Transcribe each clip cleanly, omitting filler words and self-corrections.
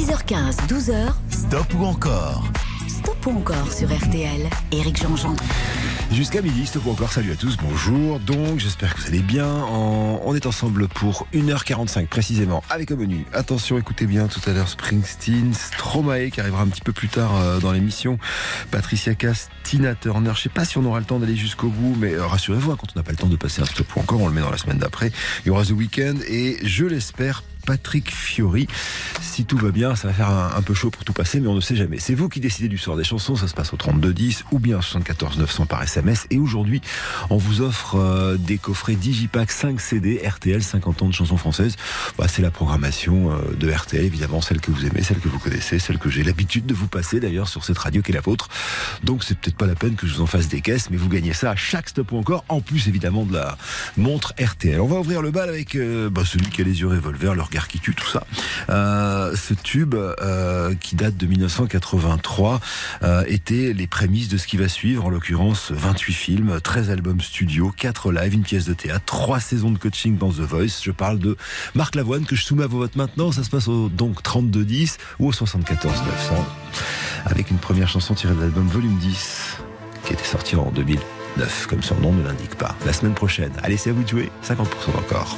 10h15, 12h. Stop ou encore? Stop ou encore sur RTL. Éric Jean-Jean. Jusqu'à midi, Stop ou encore, salut à tous, bonjour. Donc, j'espère que vous allez bien. On est ensemble pour 1h45 précisément, avec au menu. Attention, écoutez bien, tout à l'heure, Springsteen, Stromae, qui arrivera un petit peu plus tard dans l'émission. Patricia Cass, Tina Turner. Je sais pas si on aura le temps d'aller jusqu'au bout, mais rassurez-vous, quand on n'a pas le temps de passer un Stop ou encore, on le met dans la semaine d'après. Il y aura The Weeknd et, je l'espère, Patrick Fiori. Si tout va bien, ça va faire un peu chaud pour tout passer, mais on ne sait jamais. C'est vous qui décidez du sort des chansons, ça se passe au 3210 ou bien au 74 900 par SMS. Et aujourd'hui, on vous offre des coffrets Digipack 5 CD RTL 50 ans de chansons françaises. C'est la programmation de RTL, évidemment, celle que vous aimez, celle que vous connaissez, celle que j'ai l'habitude de vous passer d'ailleurs sur cette radio qui est la vôtre. Donc c'est peut-être pas la peine que je vous en fasse des caisses, mais vous gagnez ça à chaque Stop ou encore, en plus évidemment de la montre RTL. On va ouvrir le bal avec celui qui a les yeux revolver, le regard qui tue, tout ça. Ce tube qui date de 1983 était les prémices de ce qui va suivre, en l'occurrence 28 films, 13 albums studio, 4 lives, une pièce de théâtre, 3 saisons de coaching dans The Voice. Je parle de Marc Lavoine que je soumets à vos votes maintenant. Ça se passe au donc 3210 ou au 74 900 avec une première chanson tirée de l'album Volume 10 qui était sorti en 2009 comme son nom ne l'indique pas. La semaine prochaine, allez, c'est à vous de jouer, 50% encore.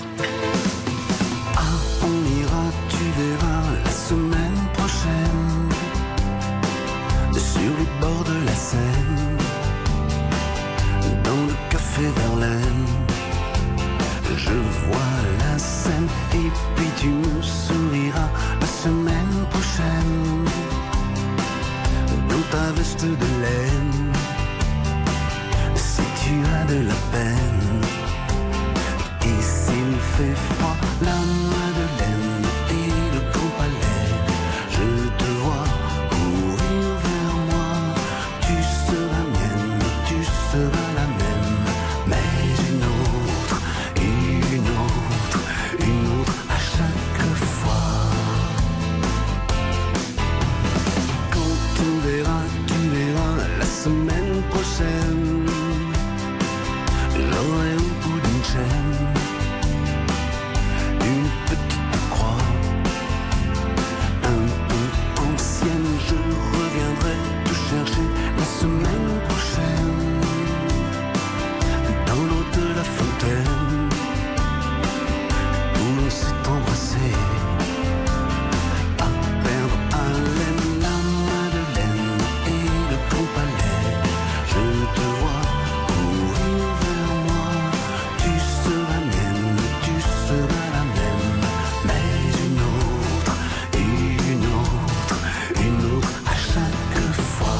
Sur les bords de la Seine, dans le café Verlaine, je vois la scène et puis tu me souriras la semaine prochaine, dans ta veste de laine, si tu as de la peine, et s'il fait froid, la Madeleine et le Grand Palais, je te vois courir vers moi, tu seras mienne, tu seras la même, mais une autre à chaque fois. Quand tu verras la semaine prochaine, j'aurai au bout d'une chaîne une petite croix, un peu ancienne. Je reviendrai te chercher la semaine prochaine, dans l'eau de la fontaine, où l'on s'est embrassé, à perdre haleine, la Madeleine et le Grand Palais. Je te vois courir vers moi, tu seras mienne, tu seras la même, mais une autre à chaque fois.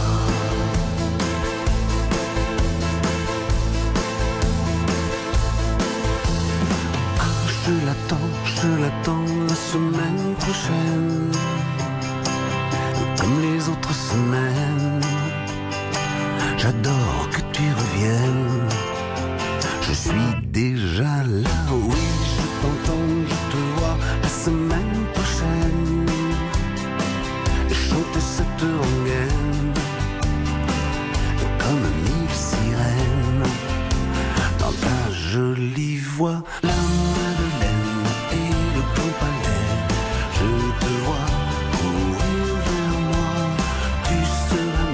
Je l'attends la semaine prochaine, comme les autres semaines. J'adore que tu reviennes, je suis déjà là, oui, je t'entends, je te vois la semaine prochaine, chanter cette rengaine, comme 1000 sirènes, dans ta jolie voix, la Madeleine et le Grand Palais, je te vois courir vers moi, tu seras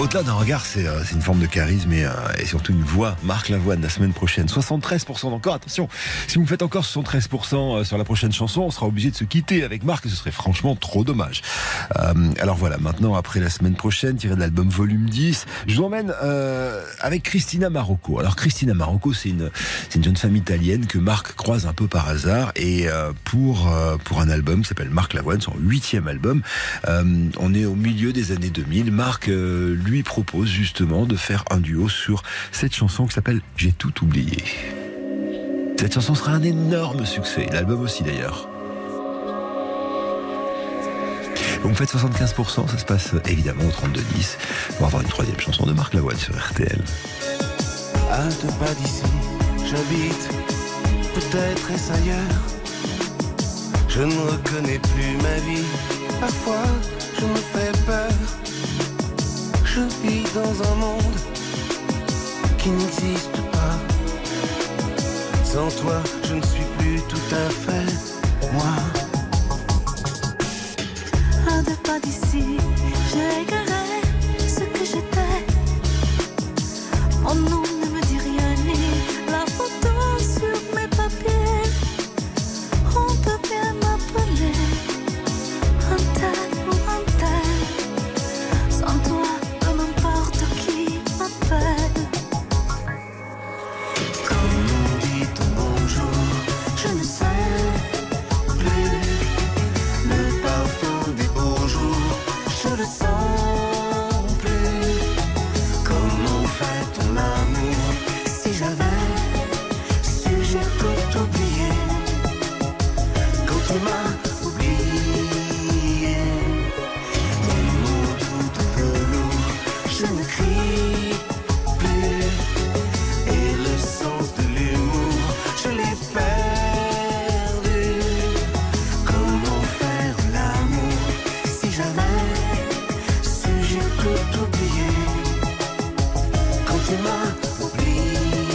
Au-delà d'un regard, c'est une forme de charisme et surtout une voix. Marc Lavoine, la semaine prochaine. 73% encore. Attention, si vous me faites encore 73% sur la prochaine chanson, on sera obligé de se quitter avec Marc et ce serait franchement trop dommage. Alors voilà, maintenant, après la semaine prochaine, tiré de l'album Volume 10, je vous emmène avec Cristina Marocco. Alors Cristina Marocco, c'est une jeune femme italienne que Marc croise un peu par hasard et pour un album qui s'appelle Marc Lavoine, son 8e album. On est au milieu des années 2000. Marc lui propose justement de faire un duo sur cette chanson qui s'appelle J'ai tout oublié. Cette chanson sera un énorme succès, l'album aussi d'ailleurs. Vous me faites 75%, ça se passe évidemment au 32-10. On va avoir une 3e chanson de Marc Lavoine sur RTL. À 2 pas d'ici, j'habite, peut-être est-ce ailleurs. Je ne reconnais plus ma vie, parfois je me fais peur. Je vis dans un monde qui n'existe pas. Sans toi, je ne suis plus tout à fait moi. À 2 pas d'ici, j'ai égaré ce que j'étais. Mon nom ne me dit rien, ni la photo sur mes papiers. On peut bien m'appeler un tel ou un tel. Sans toi, peu m'importe qui m'appelle. Comme on dit ton bonjour, Je ne sais plus le parfum des beaux jours, je le sens plus. Comment fait ton amour? Si j'avais su, j'ai tout oublié. Quand tu m'as oublié, les mots doux de velours, je ne crie plus. Et le sens de l'humour, je l'ai perdu. Comment faire l'amour? Si j'avais su, j'ai tout oublié. Quand tu m'as oublié.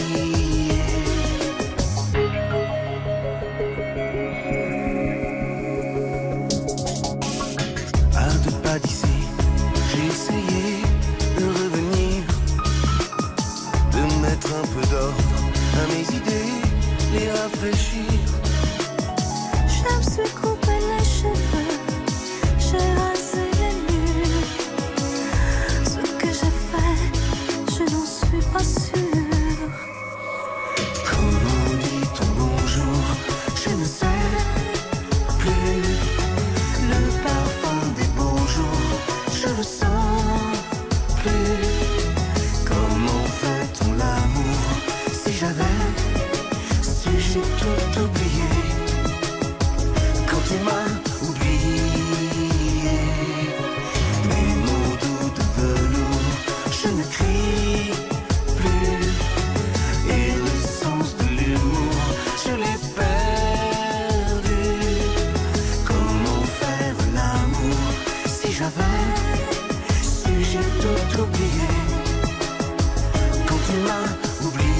À 2 pas d'ici, j'ai essayé de revenir, de mettre un peu d'ordre à mes idées, les rafraîchir. Je me suis coupé les cheveux, j'ai rasé les murs. Ce que j'ai fait, je n'en suis pas sûre. Comment dit ton bonjour? Je ne sais plus. Le parfum des beaux jours, je le sens plus. Comment fait-on l'amour? Si j'avais su, j'ai tout oublié. Quand tu m'as oublié, mes mots doux de velours, je ne crie plus. Et le sens de l'humour, je l'ai perdu. Comment faire l'amour? Si j'avais su, j'ai tout oublié. Quand tu m'as oublié.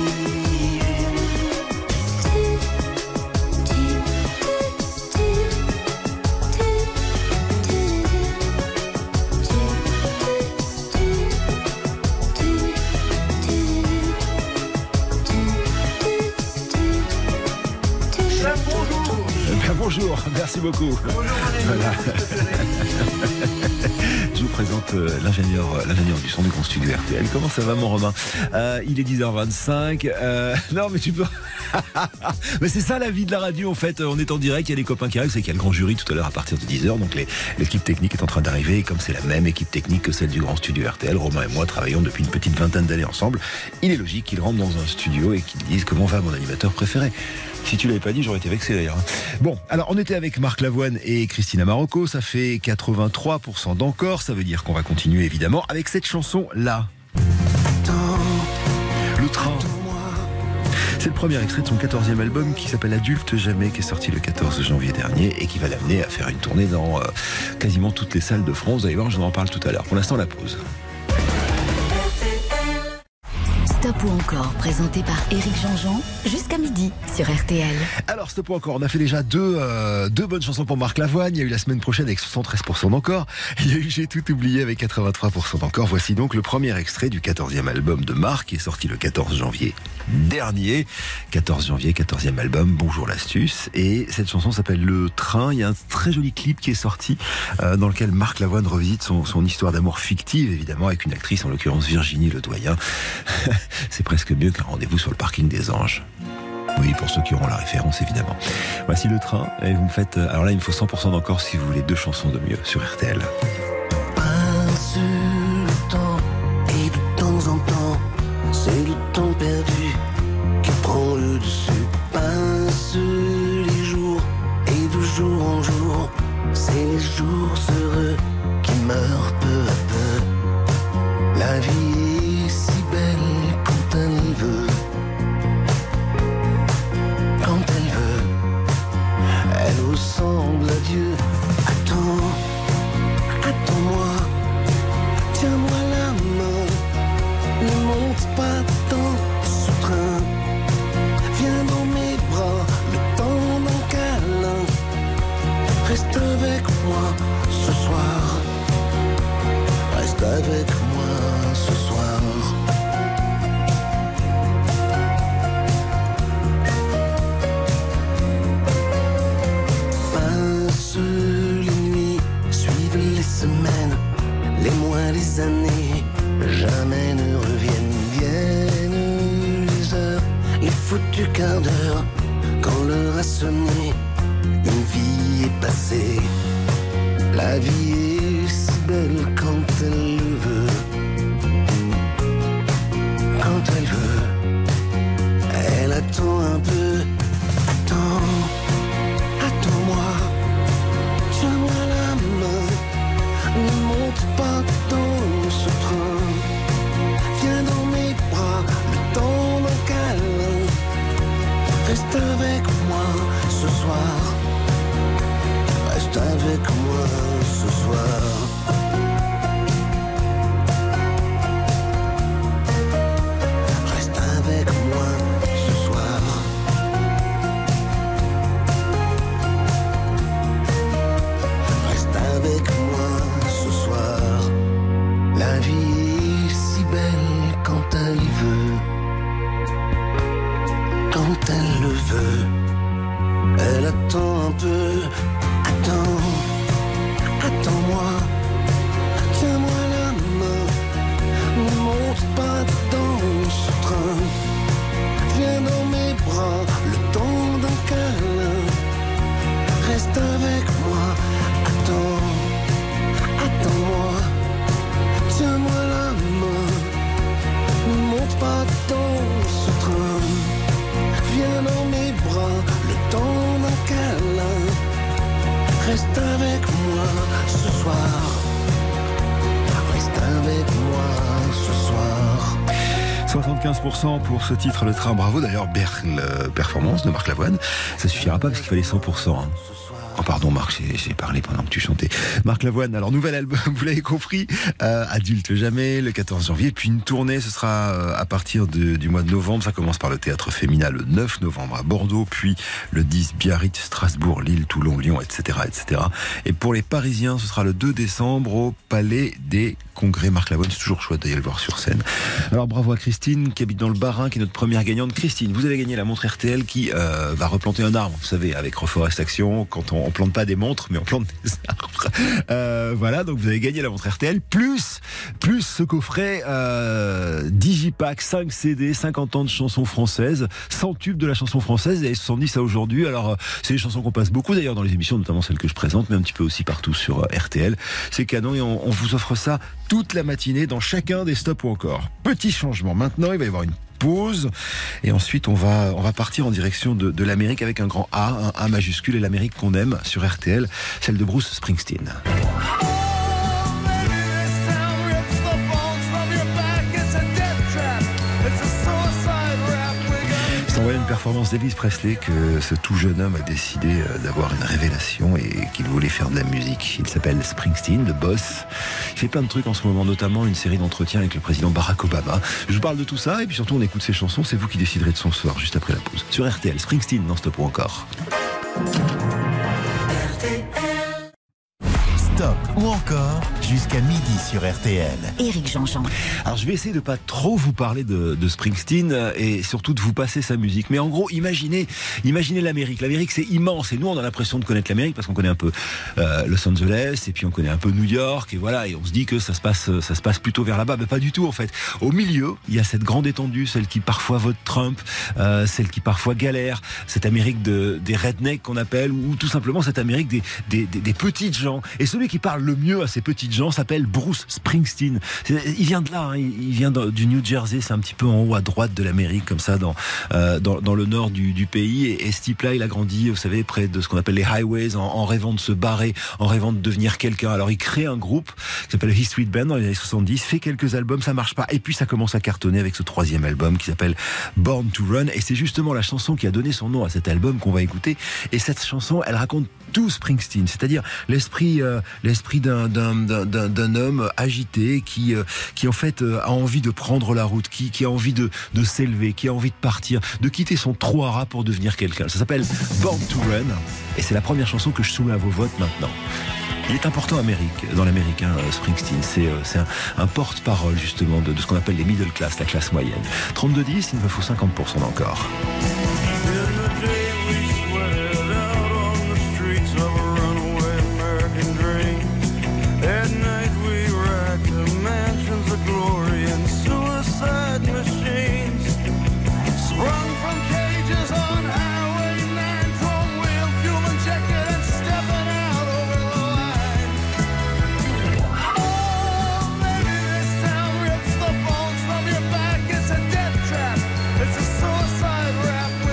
Bonjour, merci beaucoup. Voilà. Je vous présente l'ingénieur du son du Grand Studio RTL. Comment ça va, mon Romain? Il est 10h25. Non, mais tu peux... Mais c'est ça la vie de la radio, en fait. On est en direct, il y a les copains qui arrivent. C'est qu'il y a le grand jury tout à l'heure à partir de 10h. Donc l'équipe technique est en train d'arriver. Et comme c'est la même équipe technique que celle du Grand Studio RTL, Romain et moi travaillons depuis une petite vingtaine d'années ensemble. Il est logique qu'ils rentrent dans un studio et qu'ils disent comment va mon animateur préféré. Si tu l'avais pas dit, j'aurais été vexé d'ailleurs. Bon, alors on était avec Marc Lavoine et Cristina Marocco. Ça fait 83% d'encore. Ça veut dire qu'on va continuer évidemment avec cette chanson-là. Le train. C'est le premier extrait de son 14e album qui s'appelle Adulte Jamais, qui est sorti le 14 janvier dernier et qui va l'amener à faire une tournée dans quasiment toutes les salles de France. Vous allez voir, je vous en parle tout à l'heure. Pour l'instant, la pause. Stop ou encore, présenté par Éric Jean-Jean, jusqu'à midi sur RTL. Alors, Stop ou encore, on a fait déjà deux bonnes chansons pour Marc Lavoine. Il y a eu la semaine prochaine avec 73% d'encore. Il y a eu J'ai tout oublié avec 83% d'encore. Voici donc le premier extrait du 14e album de Marc qui est sorti le 14 janvier dernier. 14 janvier, 14e album, Bonjour l'astuce. Et cette chanson s'appelle Le Train. Il y a un très joli clip qui est sorti dans lequel Marc Lavoine revisite son histoire d'amour fictive, évidemment, avec une actrice, en l'occurrence Virginie Ledoyen. C'est presque mieux qu'un rendez-vous sur le parking des Anges. Oui, pour ceux qui auront la référence, évidemment. Voici Le Train. Et vous me faites... Alors là, il me faut 100% d'encore si vous voulez 2 chansons de mieux sur RTL. Passe le temps et de temps en temps, c'est le temps perdu qui prend le dessus. Passe les jours et de jour en jour, c'est les jours heureux qui meurent peu à peu. La vie est si belle quand elle veut. Quand elle veut, elle ressemble à Dieu. Attends, attends-moi, tiens-moi la main. Ne monte pas dans ce train. Viens dans mes bras, le temps d'un câlin. Reste avec moi ce soir. Reste avec moi ce soir. Passe les nuits, suivent les semaines, les mois, les années, jamais ne reviennent. Viennent les heures, les foutus quarts d'heure, quand l'heure a sonné, une vie est passée. La vie est si belle quand elle le veut. Quand elle veut, elle attend un peu. Attends, attends-moi, tiens-moi la main. Ne monte pas dans ce train. Viens dans mes bras, le temps d'un câlin. Reste avec moi ce soir. Reste avec moi ce soir. Reste avec moi ce soir. Reste avec moi ce soir. La vie est si belle quand elle veut. Quand elle le veut. Elle attend un peu. Attends, attends-moi, tiens-moi la main. Ne monte pas dans ce train. Viens dans mes bras, le temps d'un câlin. Reste avec moi, attends, attends-moi, tiens-moi la main. Ne monte pas dans ce train. Viens dans mes bras, le temps d'un câlin. Reste avec moi ce soir. Reste avec moi ce soir. 75% pour ce titre, Le Train. Bravo d'ailleurs, performance de Marc Lavoine. Ça suffira pas parce qu'il fallait 100%. Hein. Oh pardon Marc, j'ai parlé pendant que tu chantais. Marc Lavoine, alors nouvel album, vous l'avez compris, Adulte jamais, le 14 janvier, puis une tournée, ce sera à partir du mois de novembre. Ça commence par le Théâtre Féminin le 9 novembre à Bordeaux, puis le 10 Biarritz, Strasbourg, Lille, Toulon, Lyon, etc., etc. Et pour les Parisiens, ce sera le 2 décembre au Palais des Congrès. Marc Lavoine, c'est toujours chouette d'aller le voir sur scène. Alors bravo à Christine qui habite dans le Bas-Rhin, qui est notre première gagnante. Christine, vous avez gagné la montre RTL qui va replanter un arbre, vous savez, avec Reforest Action, quand on plante pas des montres, mais on plante des arbres. Voilà, donc vous avez gagné la montre RTL, plus ce coffret Digipack, 5 CD, 50 ans de chansons françaises, 100 tubes de la chanson française, et 70 à aujourd'hui. Alors, c'est des chansons qu'on passe beaucoup d'ailleurs dans les émissions, notamment celles que je présente, mais un petit peu aussi partout sur RTL. C'est canon et on vous offre ça toute la matinée dans chacun des Stop ou encore. Petit changement, maintenant il va y avoir une pause et ensuite on va partir en direction de l'Amérique avec un grand A, un A majuscule, et l'Amérique qu'on aime sur RTL, celle de Bruce Springsteen. C'est en voyant une performance d'Elvis Presley que ce tout jeune homme a décidé d'avoir une révélation et qu'il voulait faire de la musique. Il s'appelle Springsteen, le boss. Il fait plein de trucs en ce moment, notamment une série d'entretiens avec le président Barack Obama. Je vous parle de tout ça et puis surtout on écoute ses chansons. C'est vous qui déciderez de son sort juste après la pause. Sur RTL, Springsteen, non stop ou encore. Stop ou encore jusqu'à midi sur RTL. Éric Jean-Jean. Alors je vais essayer de pas trop vous parler de Springsteen et surtout de vous passer sa musique. Mais en gros, imaginez l'Amérique. L'Amérique c'est immense et nous on a l'impression de connaître l'Amérique parce qu'on connaît un peu Los Angeles et puis on connaît un peu New York et voilà et on se dit que ça se passe plutôt vers là-bas. Mais pas du tout en fait. Au milieu, il y a cette grande étendue, celle qui parfois vote Trump, celle qui parfois galère, cette Amérique des rednecks qu'on appelle ou tout simplement cette Amérique des petites gens. Et celui qui parle le mieux à ces petites gens s'appelle Bruce Springsteen. Il vient de là, hein, il vient du New Jersey, c'est un petit peu en haut à droite de l'Amérique, comme ça, dans le nord du pays. Et ce type-là, il a grandi, vous savez, près de ce qu'on appelle les highways, en rêvant de se barrer, en rêvant de devenir quelqu'un. Alors il crée un groupe qui s'appelle He Street Band dans les années 70, fait quelques albums, ça marche pas. Et puis ça commence à cartonner avec ce troisième album qui s'appelle Born to Run. Et c'est justement la chanson qui a donné son nom à cet album qu'on va écouter. Et cette chanson, elle raconte tout Springsteen, c'est-à-dire l'esprit d'un homme agité qui en fait a envie de prendre la route, qui a envie de s'élever, qui a envie de partir, de quitter son trou à rats pour devenir quelqu'un. Ça s'appelle Born to Run et c'est la première chanson que je soumets à vos votes maintenant. Il est important dans l'américain Springsteen, c'est un porte-parole justement de ce qu'on appelle les middle class, la classe moyenne. 32-10, il me faut 50% d'encore. It's a suicide rap.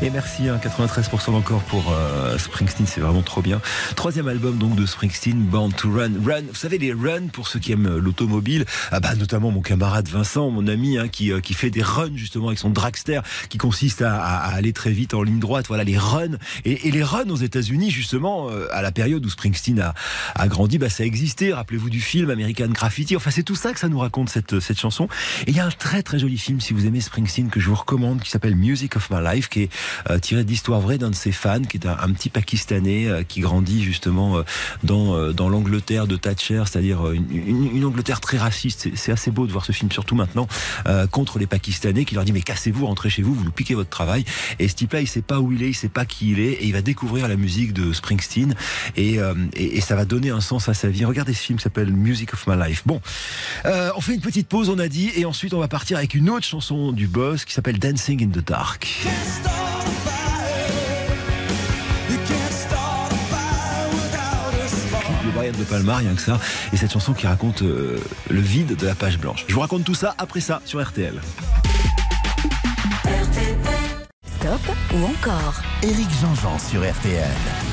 Et merci, 93% encore pour Springsteen, c'est vraiment trop bien. Troisième album donc de Springsteen, Born to Run. Run, vous savez les runs pour ceux qui aiment l'automobile, notamment mon camarade Vincent, mon ami, qui fait des runs justement avec son dragster, qui consiste à aller très vite en ligne droite. Voilà les runs et les runs aux États-Unis justement à la période où Springsteen a grandi, ça existait. Rappelez-vous du film American Graffiti. Enfin c'est tout ça que ça nous raconte cette chanson. Et il y a un très très joli film si vous aimez Springsteen que je vous recommande qui s'appelle Music of My Life, qui est tiré d'histoire vraie d'un de ses fans, qui est un petit Pakistanais qui grandit justement dans l'Angleterre de Thatcher, c'est-à-dire une Angleterre très raciste. C'est assez beau de voir ce film, surtout maintenant, contre les Pakistanais, qui leur dit mais cassez-vous, rentrez chez vous, vous nous piquez votre travail. Et ce type-là, il sait pas où il est, il sait pas qui il est, et il va découvrir la musique de Springsteen, et ça va donner un sens à sa vie. Regardez ce film qui s'appelle Music of My Life. Bon, on fait une petite pause, on a dit, et ensuite on va partir avec une autre chanson du boss qui s'appelle Dancing in the Dark. De Brian De Palma, rien que ça, et cette chanson qui raconte le vide de la page blanche. Je vous raconte tout ça après ça sur RTL. Stop ou encore Éric Jean-Jean sur RTL.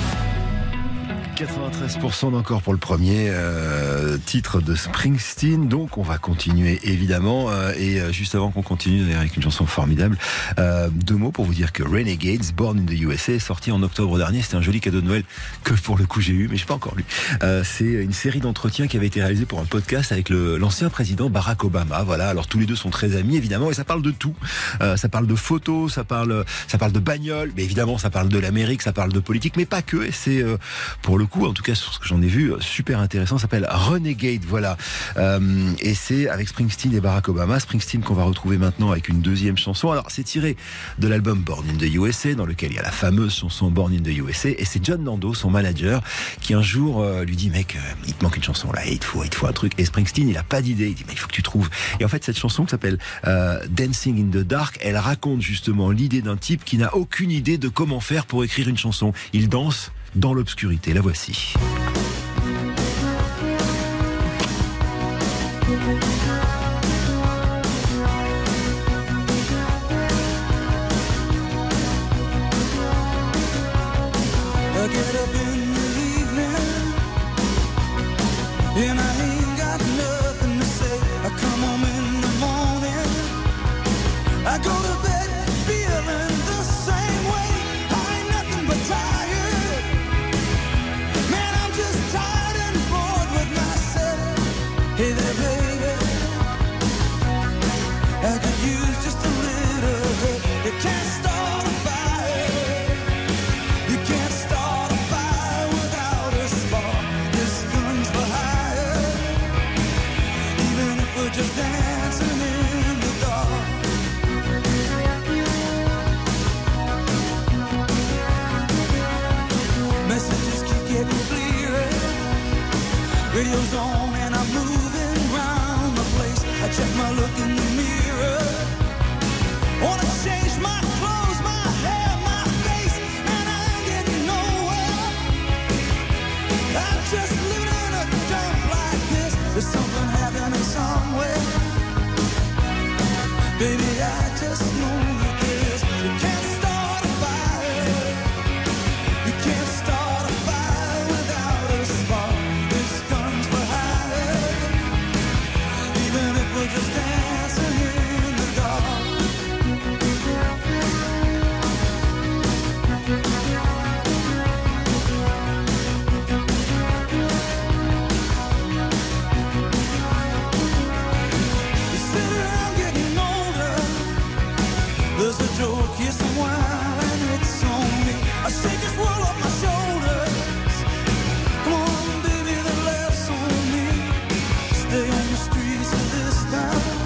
93% d'encore pour le premier titre de Springsteen. Donc on va continuer évidemment, et juste avant qu'on continue avec une chanson formidable, 2 mots pour vous dire que Renegades, Born in the USA, est sorti en octobre dernier. C'était un joli cadeau de Noël que pour le coup j'ai eu, mais je n'ai pas encore lu. C'est une série d'entretiens qui avait été réalisée pour un podcast avec l'ancien président Barack Obama. Voilà, alors tous les deux sont très amis évidemment, et ça parle de tout. Ça parle de photos, ça parle de bagnoles, mais évidemment ça parle de l'Amérique, ça parle de politique, mais pas que. Et c'est pour le coup, en tout cas sur ce que j'en ai vu, super intéressant. Ça s'appelle Renegade, voilà. Et c'est avec Springsteen et Barack Obama. Springsteen qu'on va retrouver maintenant avec une deuxième chanson. Alors c'est tiré de l'album Born in the USA, dans lequel il y a la fameuse chanson Born in the USA, et c'est John Nando, son manager, qui un jour lui dit mec, il te manque une chanson là, il te faut un truc. Et Springsteen, il a pas d'idée, il dit mais il faut que tu trouves. Et en fait cette chanson qui s'appelle Dancing in the Dark, elle raconte justement l'idée d'un type qui n'a aucune idée de comment faire pour écrire une chanson. Il danse dans l'obscurité. La voici. Radio's on and I'm moving around the place. I check my look in the mirror. Wanna change my clothes, my hair, my face, and I ain't getting nowhere. I'm just living in a dump like this. There's something happening somewhere. Baby, I just know this. You can't start a fire. You can't start a fire without a spark. This guns for hire. Even if we're just dancing in the dark. You sit around getting older. There's a joke, here's some wine, and it's on me. I shake this world off my shoulders. Come on, baby, the laughs on me. Stay on the streets of this town.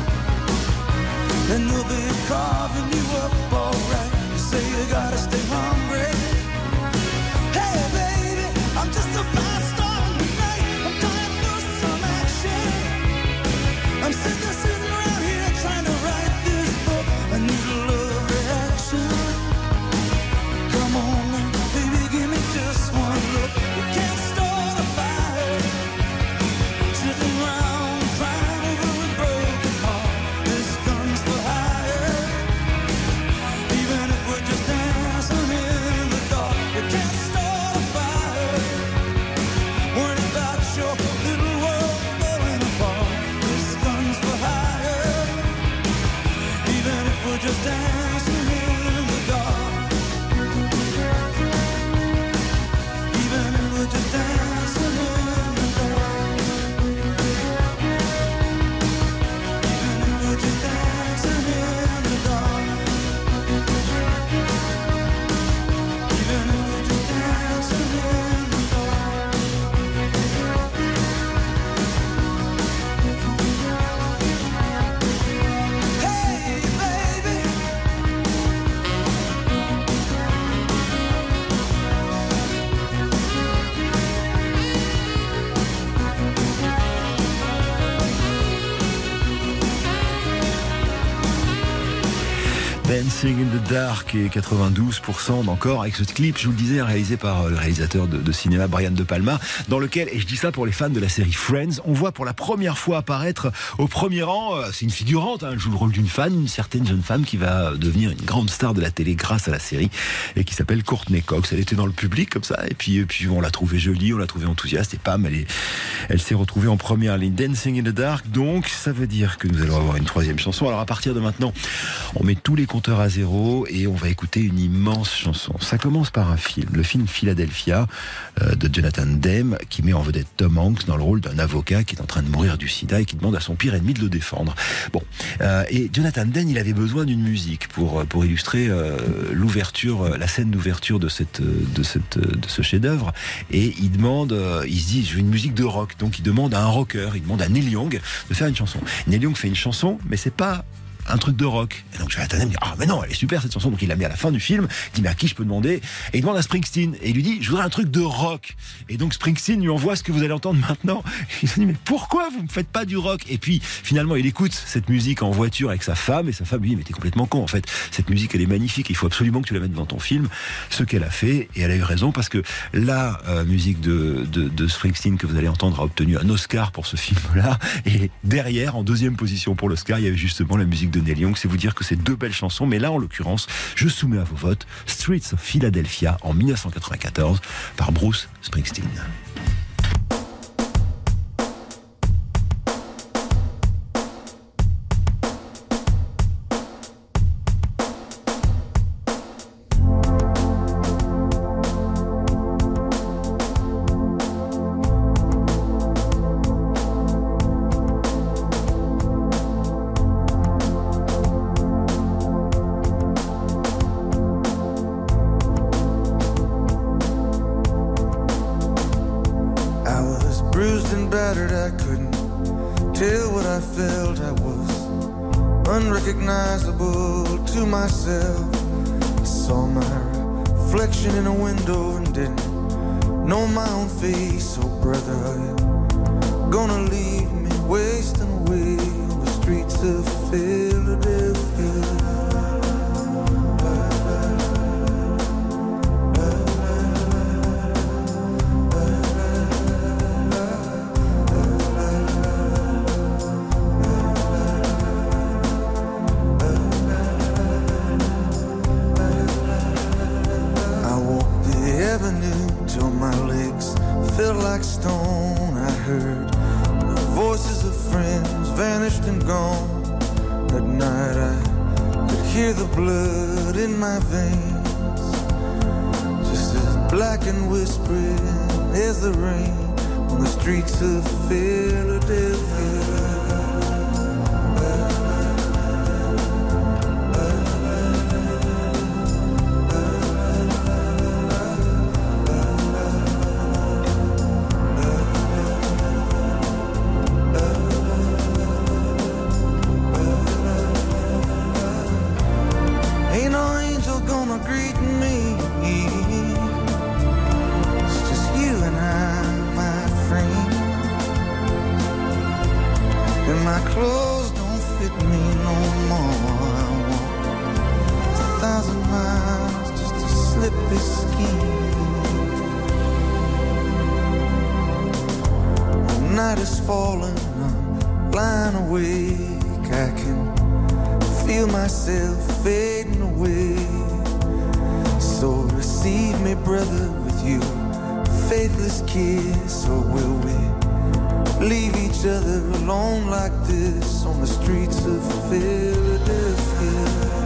Dancing in the Dark et 92% d'encore avec ce clip, je vous le disais, réalisé par le réalisateur de cinéma Brian De Palma, dans lequel, et je dis ça pour les fans de la série Friends, on voit pour la première fois apparaître au premier rang, c'est une figurante, elle joue le rôle d'une fan, une certaine jeune femme qui va devenir une grande star de la télé grâce à la série et qui s'appelle Courtney Cox. Elle était dans le public comme ça et puis on l'a trouvée jolie, on l'a trouvée enthousiaste et pam, elle s'est retrouvée en première ligne. Dancing in the Dark, donc ça veut dire que nous allons avoir une troisième chanson. Alors à partir de maintenant, on met tous les compteur à zéro et on va écouter une immense chanson. Ça commence par un film, le film Philadelphia de Jonathan Demme, qui met en vedette Tom Hanks dans le rôle d'un avocat qui est en train de mourir du sida et qui demande à son pire ennemi de le défendre. Bon, et Jonathan Demme, il avait besoin d'une musique pour illustrer l'ouverture, la scène d'ouverture de ce chef-d'œuvre, et il se dit je veux une musique de rock, donc il demande à un rocker, il demande à Neil Young de faire une chanson. Neil Young fait une chanson, mais c'est pas un truc de rock. Et donc Jonathan Demme dit mais non, elle est super cette chanson, donc il la met à la fin du film, il dit mais à qui je peux demander, et il demande à Springsteen et il lui dit je voudrais un truc de rock, et donc Springsteen lui envoie ce que vous allez entendre maintenant. Il se dit mais pourquoi vous me faites pas du rock? Et puis finalement il écoute cette musique en voiture avec sa femme, et sa femme lui dit mais t'es complètement con, en fait cette musique elle est magnifique, il faut absolument que tu la mettes dans ton film. Ce qu'elle a fait, et elle a eu raison, parce que la musique de Springsteen que vous allez entendre a obtenu un Oscar pour ce film là, et derrière en deuxième position pour l'Oscar il y avait justement la musique de Neil Young. C'est vous dire que c'est deux belles chansons, mais là en l'occurrence je soumets à vos votes Streets of Philadelphia en 1994 par Bruce Springsteen. Unrecognizable to myself. I saw my reflection in a window and didn't know my own face. Oh brother, are you gonna leave me wasting away on the streets of Philadelphia? Streets of Philadelphia. Ain't no angel gonna greet me. It's just you and I. And my clothes don't fit me no more. I walk 1,000 miles just to slip this skin. The night is falling, I'm lying awake. I can feel myself fading away. So receive me, brother, with you faithless kiss, or will we leave each other alone like this on the streets of Philadelphia?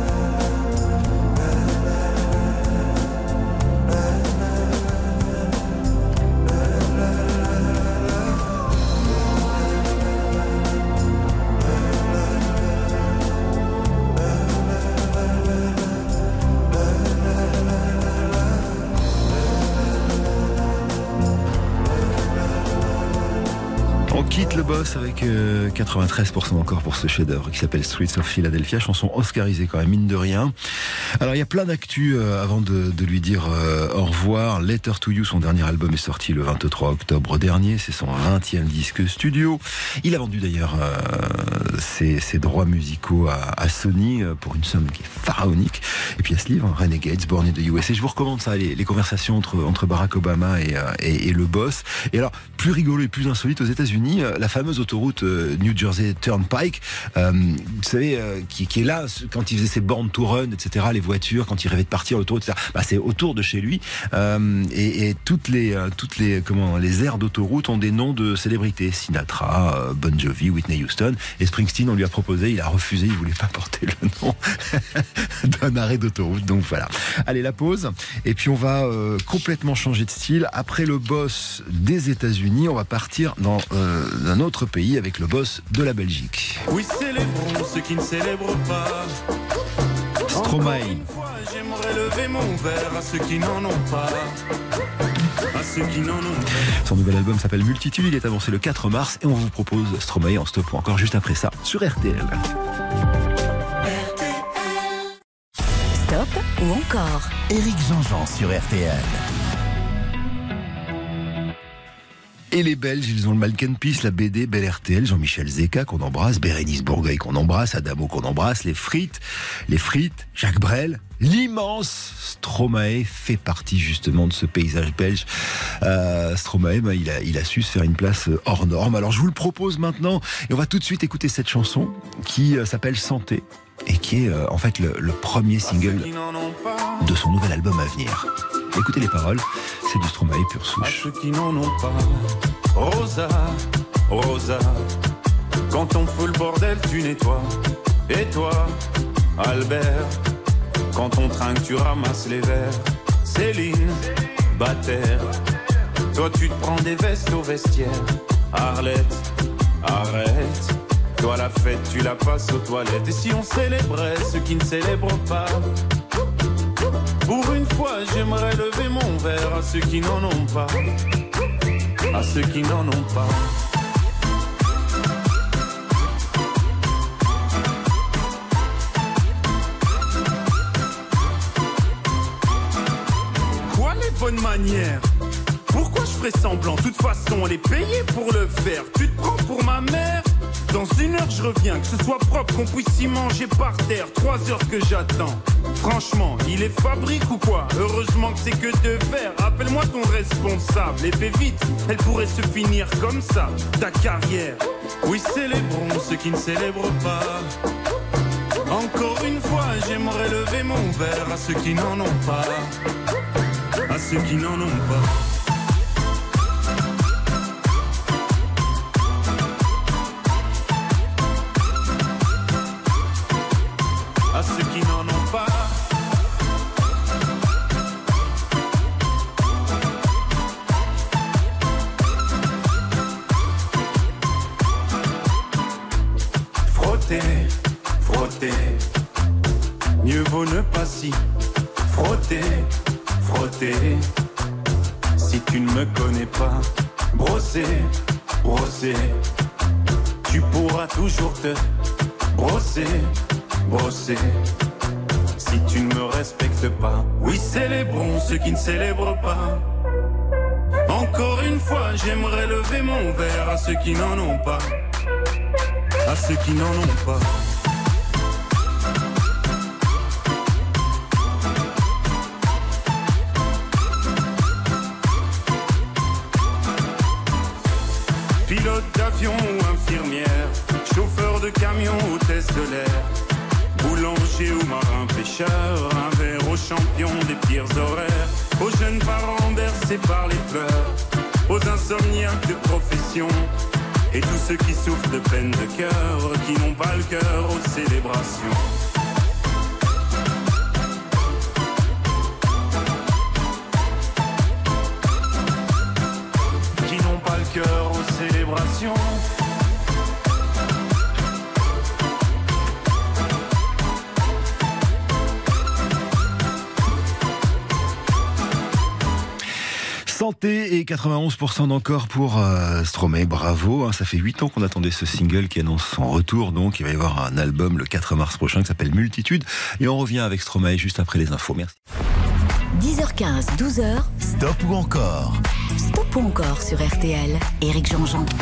Quitte le boss avec 93% encore pour ce chef-d'œuvre qui s'appelle Streets of Philadelphia, chanson oscarisée quand même, mine de rien. Alors il y a plein d'actu avant de lui dire au revoir. Letter to You, son dernier album est sorti le 23 octobre dernier, c'est son 20e disque studio. Il a vendu d'ailleurs ses droits musicaux à Sony pour une somme qui est pharaonique. Et puis il y a ce livre, Renegades, Born in the USA. Je vous recommande ça, les conversations entre Barack Obama et le boss. Et alors, plus rigolo et plus insolite aux États-Unis, la fameuse autoroute New Jersey Turnpike, vous savez, qui est là quand il faisait ses born to run, etc. Les voitures, quand il rêvait de partir l'autoroute, etc. C'est autour de chez lui. Et toutes les aires d'autoroute ont des noms de célébrités. Sinatra, Bon Jovi, Whitney Houston. Et Springsteen, on lui a proposé, il a refusé, il voulait pas porter le nom d'un arrêt d'autoroute. Donc voilà. Allez, la pause. Et puis on va complètement changer de style. Après le boss des États-Unis, on va partir dans un autre pays avec le boss de la Belgique. Oui, célébrons ceux qui ne célèbrent pas. Stromae. Encore une fois, j'aimerais lever mon verre à ceux qui n'en ont pas. À ceux qui n'en ont pas. Son nouvel album s'appelle Multitude, il est annoncé le 4 mars et on vous propose Stromae en stop ou encore juste après ça sur RTL. Stop ou encore Éric Jean-Jean sur RTL. Et les Belges, ils ont le Malkenpis, la BD, Bel RTL, Jean-Michel Zeka qu'on embrasse, Bérénice Bourgueil qu'on embrasse, Adamo qu'on embrasse, les frites, Jacques Brel, l'immense Stromae fait partie justement de ce paysage belge. Stromae, il a su se faire une place hors norme. Alors je vous le propose maintenant et on va tout de suite écouter cette chanson qui s'appelle Santé et qui est en fait le premier single de son nouvel album à venir. Écoutez les paroles, c'est du Stromae pure À souche. ceux qui n'en ont pas. Rosa, Rosa, quand on fout le bordel, tu nettoies. Et toi, Albert, quand on trinque, tu ramasses les verres. Céline, Bataire, toi tu te prends des vestes au vestiaire. Arlette, arrête, toi la fête, tu la passes aux toilettes. Et si on célébrait ceux qui ne célèbrent pas? Pour une fois, j'aimerais lever mon verre à ceux qui n'en ont pas. À ceux qui n'en ont pas. Quoi les bonnes manières? Pourquoi je ferais semblant? De toute façon, on est payé pour le faire. Tu te prends pour ma mère? Dans 1 heure je reviens, que ce soit propre, qu'on puisse y manger par terre. 3 heures que j'attends. Franchement, il est fabrique ou quoi? Heureusement que c'est que de faire. Appelle-moi ton responsable et fais vite, elle pourrait se finir comme ça, ta carrière. Oui, célébrons ceux qui ne célèbrent pas. Encore une fois, j'aimerais lever mon verre à ceux qui n'en ont pas. À ceux qui n'en ont pas. À ceux qui n'en ont pas. Frotter, frotter, mieux vaut ne pas s'y frotter, frotter. Si tu ne me connais pas, brosser, brosser, tu pourras toujours te brosser, brosser. Si tu ne me respectes pas, oui, célébrons ceux qui ne célèbrent pas. Encore une fois, j'aimerais lever mon verre à ceux qui n'en ont pas. À ceux qui n'en ont pas. Pilote d'avion ou infirmière, chauffeur de camion, hôtesse de l'air, boulanger ou marin pêcheur, un verre aux champions des pires horaires, aux jeunes parents bercés par les pleurs, aux insomniaques de profession, et tous ceux qui souffrent de peine de cœur, qui n'ont pas le cœur aux célébrations. Qui n'ont pas le cœur aux célébrations. Santé et 91% d'encore pour Stromae, bravo, hein, ça fait 8 ans qu'on attendait ce single qui annonce son retour, donc il va y avoir un album le 4 mars prochain qui s'appelle Multitude, et on revient avec Stromae juste après les infos, merci. 10h15, 12h, Stop ou encore Stop ou encore sur RTL, Éric Jean-Jean.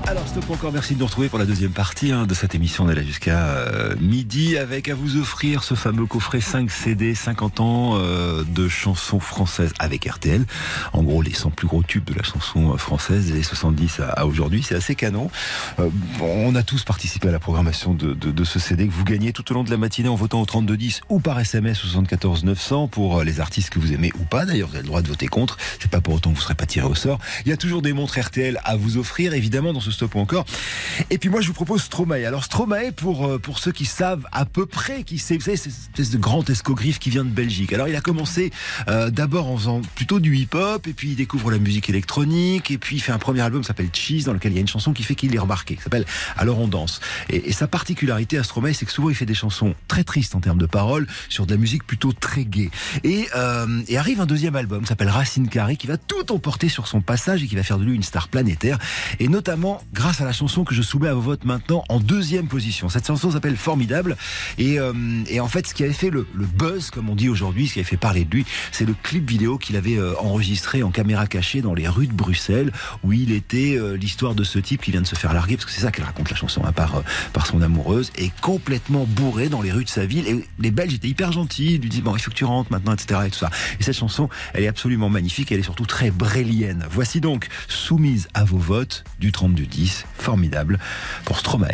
Alors stop encore, merci de nous retrouver pour la deuxième partie de cette émission. On est là jusqu'à midi avec à vous offrir ce fameux coffret 5 CD, 50 ans de chansons françaises avec RTL. En gros, les 100 plus gros tubes de la chanson française des 70 à aujourd'hui. C'est assez canon. On a tous participé à la programmation de ce CD que vous gagnez tout au long de la matinée en votant au 3210 ou par SMS au 74 900 pour les artistes que vous aimez ou pas. D'ailleurs, vous avez le droit de voter contre. C'est pas pour autant que vous ne serez pas tiré au sort. Il y a toujours des montres RTL à vous offrir, évidemment, dans ce stop ou encore. Et puis moi, je vous propose Stromae. Alors Stromae, pour ceux qui savent à peu près qui c'est, vous savez, c'est cette espèce de grand escogriffe qui vient de Belgique. Alors il a commencé d'abord en faisant plutôt du hip-hop, et puis il découvre la musique électronique, et puis il fait un premier album qui s'appelle Cheese, dans lequel il y a une chanson qui fait qu'il est remarqué, qui s'appelle Alors on danse. Et sa particularité à Stromae, c'est que souvent il fait des chansons très tristes en termes de paroles, sur de la musique plutôt très gaie. Et arrive un deuxième album, qui s'appelle Racine Carrée, qui va tout emporter sur son passage et qui va faire de lui une star planétaire. Et notamment grâce à la chanson que je soumets à vos votes maintenant en deuxième position. Cette chanson s'appelle Formidable. Et en fait, ce qui avait fait le buzz, comme on dit aujourd'hui, ce qui avait fait parler de lui, c'est le clip vidéo qu'il avait enregistré en caméra cachée dans les rues de Bruxelles, où il était l'histoire de ce type qui vient de se faire larguer, parce que c'est ça qu'elle raconte la chanson, par son amoureuse, et complètement bourré dans les rues de sa ville. Et les Belges étaient hyper gentils, ils lui disent bon, il faut que tu rentres maintenant, etc. Et tout ça. Et cette chanson, elle est absolument magnifique, elle est surtout très brélienne. Voici donc, soumise à vos votes du 32-10, Formidable pour Stromae.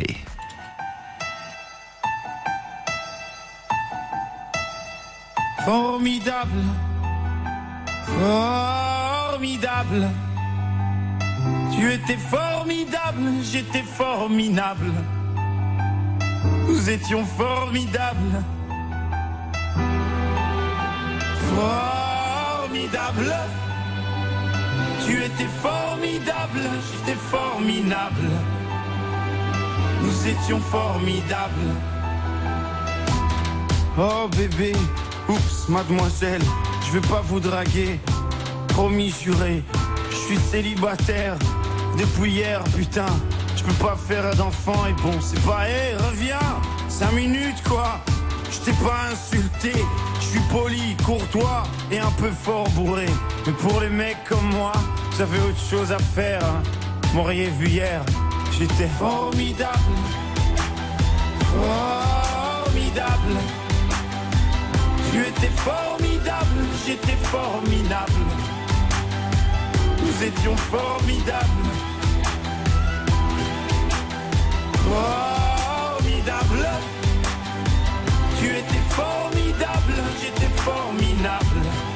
Formidable, formidable. Tu étais formidable, j'étais formidable. Nous étions formidables. Formidable. Tu étais formidable, j'étais formidable. Nous étions formidables. Oh bébé, oups, mademoiselle, je vais pas vous draguer. Promis, juré, je suis célibataire depuis hier, putain. Je peux pas faire d'enfant et bon, c'est pas, reviens, 5 minutes quoi. Je t'ai pas insulté, je suis poli, courtois et un peu fort bourré. Mais pour les mecs comme moi, vous avez autre chose à faire, hein. M'auriez vu hier, j'étais formidable. Formidable. Tu étais formidable, j'étais formidable. Nous étions formidables. Formidable. Tu étais formidable, j'étais formidable.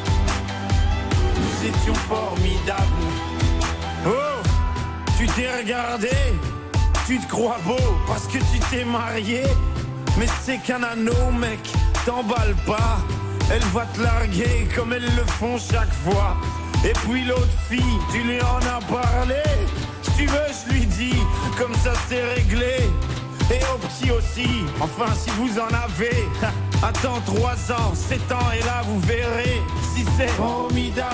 Nous étions formidables. Oh, tu t'es regardé, tu te crois beau parce que tu t'es marié. Mais c'est qu'un anneau, mec, t'emballe pas. Elle va te larguer comme elles le font chaque fois. Et puis l'autre fille, tu lui en as parlé. Si tu veux, je lui dis, comme ça c'est réglé. Et au petit aussi, enfin si vous en avez. Attends 3 ans, 7 ans et là vous verrez si c'est formidable.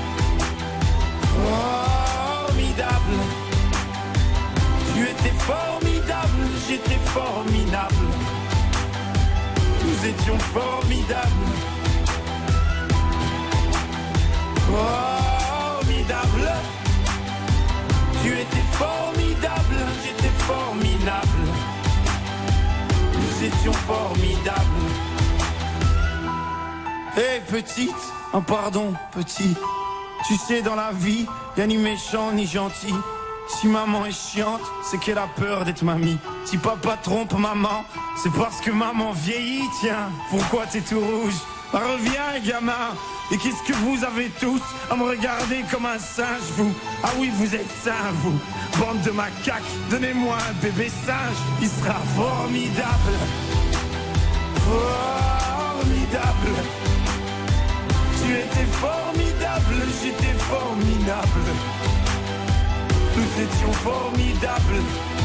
Formidable. Tu étais formidable, j'étais formidable. Nous étions formidables. Formidable. Tu étais formidable, j'étais formidable. Nous étions formidables. Hé petite, oh pardon petit. Tu sais dans la vie, y'a ni méchant ni gentil. Si maman est chiante, c'est qu'elle a peur d'être mamie. Si papa trompe maman, c'est parce que maman vieillit. Tiens, pourquoi t'es tout rouge? Reviens gamin. Et qu'est-ce que vous avez tous à me regarder comme un singe, vous? Ah oui, vous êtes sains, vous. Bande de macaques, donnez-moi un bébé singe. Il sera formidable. Formidable. Tu étais formidable, j'étais formidable. Nous étions formidables.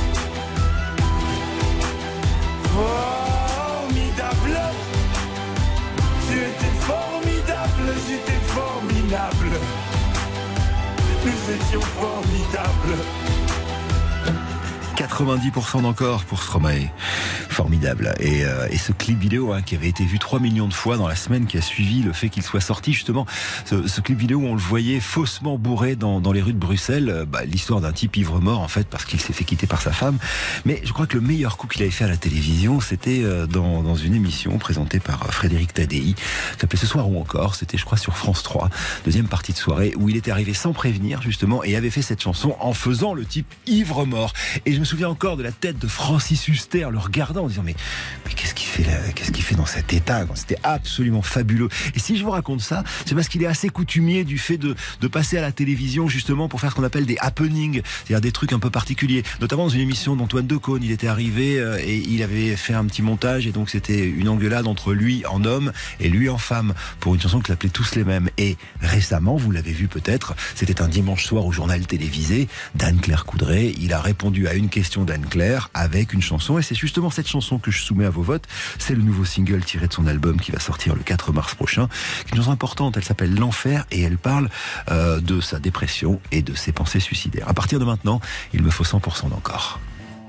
Formidable. Tu étais formidable, j'étais formidable. Nous étions formidables. 90% d'encore pour Stromae. Formidable. Et ce clip vidéo qui avait été vu 3 millions de fois dans la semaine qui a suivi le fait qu'il soit sorti, justement, ce clip vidéo où on le voyait faussement bourré dans les rues de Bruxelles, l'histoire d'un type ivre-mort en fait parce qu'il s'est fait quitter par sa femme. Mais je crois que le meilleur coup qu'il avait fait à la télévision, c'était dans une émission présentée par Frédéric Tadei, ça s'appelait Ce soir ou encore, c'était je crois sur France 3, deuxième partie de soirée, où il était arrivé sans prévenir justement et avait fait cette chanson en faisant le type ivre-mort. Et je me souviens encore de la tête de Francis Huster le regardant en disant mais qu'est-ce qu'il fait là, qu'est-ce qu'il fait dans cet état? C'était absolument fabuleux. Et si je vous raconte ça, c'est parce qu'il est assez coutumier du fait de passer à la télévision justement pour faire ce qu'on appelle des happenings, c'est-à-dire des trucs un peu particuliers. Notamment dans une émission d'Antoine Decaune, il était arrivé et il avait fait un petit montage et donc c'était une engueulade entre lui en homme et lui en femme pour une chanson qu'il appelait Tous les mêmes. Et récemment, vous l'avez vu peut-être, c'était un dimanche soir au journal télévisé d'Anne-Claire Coudray. Il a répondu à une question d'Anne-Claire avec une chanson et c'est justement cette chanson que je soumets à vos votes. C'est le nouveau single tiré de son album qui va sortir le 4 mars prochain. Une chanson importante, elle s'appelle L'Enfer et elle parle de sa dépression et de ses pensées suicidaires. À partir de maintenant, il me faut 100% d'encore.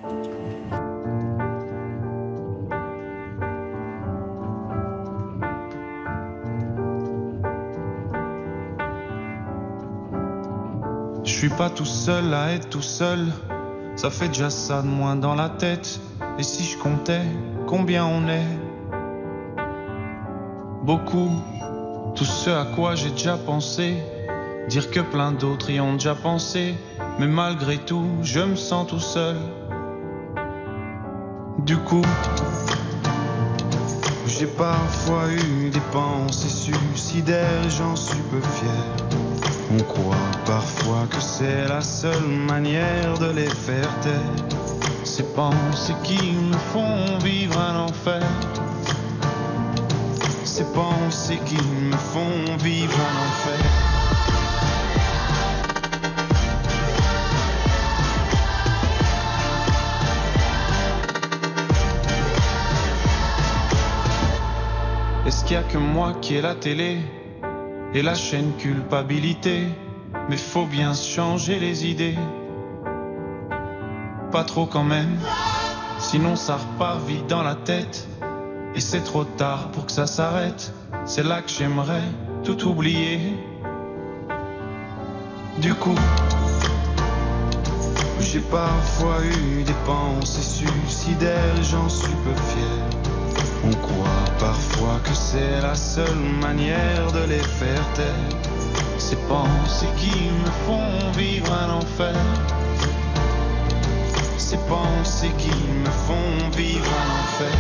Je suis pas tout seul à être tout seul, ça fait déjà ça de moins dans la tête. Et si je comptais combien on est? Beaucoup, tout ce à quoi j'ai déjà pensé, dire que plein d'autres y ont déjà pensé. Mais malgré tout, je me sens tout seul. Du coup, j'ai parfois eu des pensées suicidaires, j'en suis peu fier. On croit parfois que c'est la seule manière de les faire taire. Ces pensées qui me font vivre un enfer. Ces pensées qui me font vivre un enfer. Est-ce qu'il y a que moi qui ai la télé et la chaîne culpabilité? Mais faut bien se changer les idées. Pas trop quand même, sinon ça repart vite dans la tête. Et c'est trop tard pour que ça s'arrête. C'est là que j'aimerais tout oublier. Du coup, j'ai parfois eu des pensées suicidaires, j'en suis peu fier. On croit parfois que c'est la seule manière de les faire taire. Ces pensées qui me font vivre un enfer. Ces pensées qui me font vivre un enfer.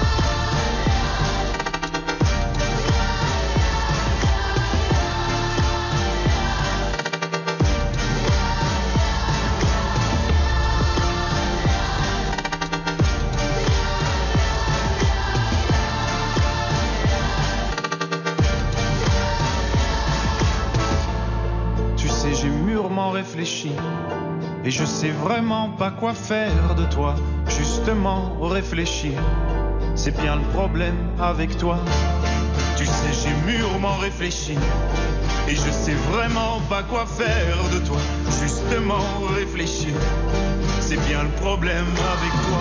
Réfléchi, et je sais vraiment pas quoi faire de toi. Justement réfléchir, c'est bien le problème avec toi. Tu sais, j'ai mûrement réfléchi, et je sais vraiment pas quoi faire de toi. Justement réfléchir, c'est bien le problème avec toi.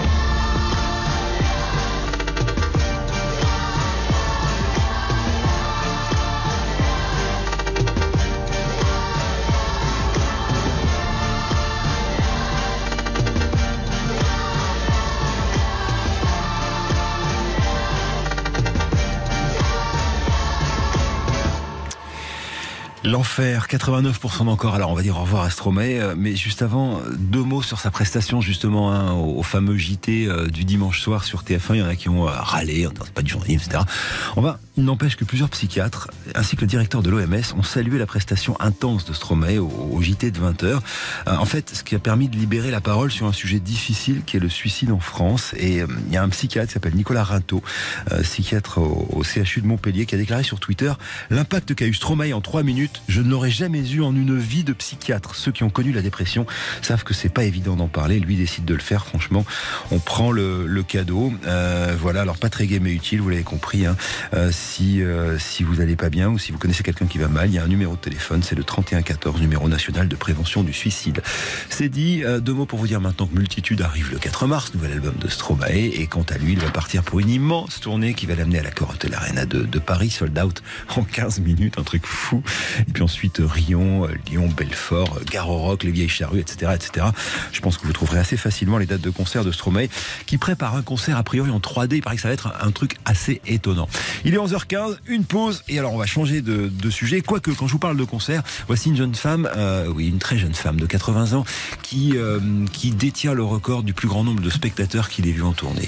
L'enfer, 89% d'encore. Alors on va dire au revoir à Stromae, mais juste avant, 2 mots sur sa prestation justement au fameux JT du dimanche soir sur TF1. Il y en a qui ont râlé, c'est pas du journalisme, etc. Il n'empêche que plusieurs psychiatres, ainsi que le directeur de l'OMS, ont salué la prestation intense de Stromae au JT de 20h. En fait, ce qui a permis de libérer la parole sur un sujet difficile qui est le suicide en France. Et il y a un psychiatre qui s'appelle Nicolas Rintaud, psychiatre au CHU de Montpellier, qui a déclaré sur Twitter: l'impact qu'a eu Stromae en 3 minutes, je ne l'aurais jamais eu en une vie de psychiatre. Ceux qui ont connu la dépression savent que c'est pas évident d'en parler. Lui décide de le faire. Franchement, on prend le cadeau. Voilà, alors pas très gai mais utile, vous l'avez compris. si vous n'allez pas bien ou si vous connaissez quelqu'un qui va mal, il y a un numéro de téléphone, c'est le 3114, numéro national de prévention du suicide. C'est dit, 2 mots pour vous dire maintenant que Multitude arrive le 4 mars, nouvel album de Stromae, et quant à lui, il va partir pour une immense tournée qui va l'amener à la Corotel Arena de Paris, sold out en 15 minutes, un truc fou. Et puis ensuite Rion, Lyon, Belfort, Gare au Rock, les Vieilles Charrues, etc., etc. Je pense que vous trouverez assez facilement les dates de concert de Stromae, qui prépare un concert a priori en 3D. Il paraît que ça va être un truc assez étonnant. Il est 11h15, une pause, et alors on va changer de sujet. Quoique, quand je vous parle de concert, voici une jeune femme, une très jeune femme de 80 ans, qui détient le record du plus grand nombre de spectateurs qu'il ait vu en tournée.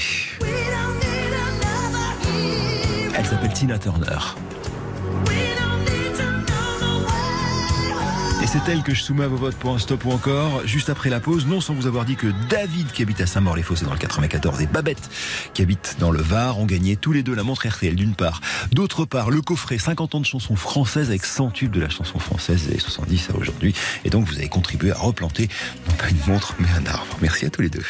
Elle s'appelle Tina Turner. Et c'est elle que je soumets à vos votes pour un stop ou encore, juste après la pause, non sans vous avoir dit que David, qui habite à Saint-Maur-les-Fossés dans le 94, et Babette, qui habite dans le Var, ont gagné tous les deux la montre RTL d'une part. D'autre part, le coffret 50 ans de chansons françaises avec 100 tubes de la chanson française des 70 à aujourd'hui. Et donc vous avez contribué à replanter, non pas une montre, mais un arbre. Merci à tous les deux.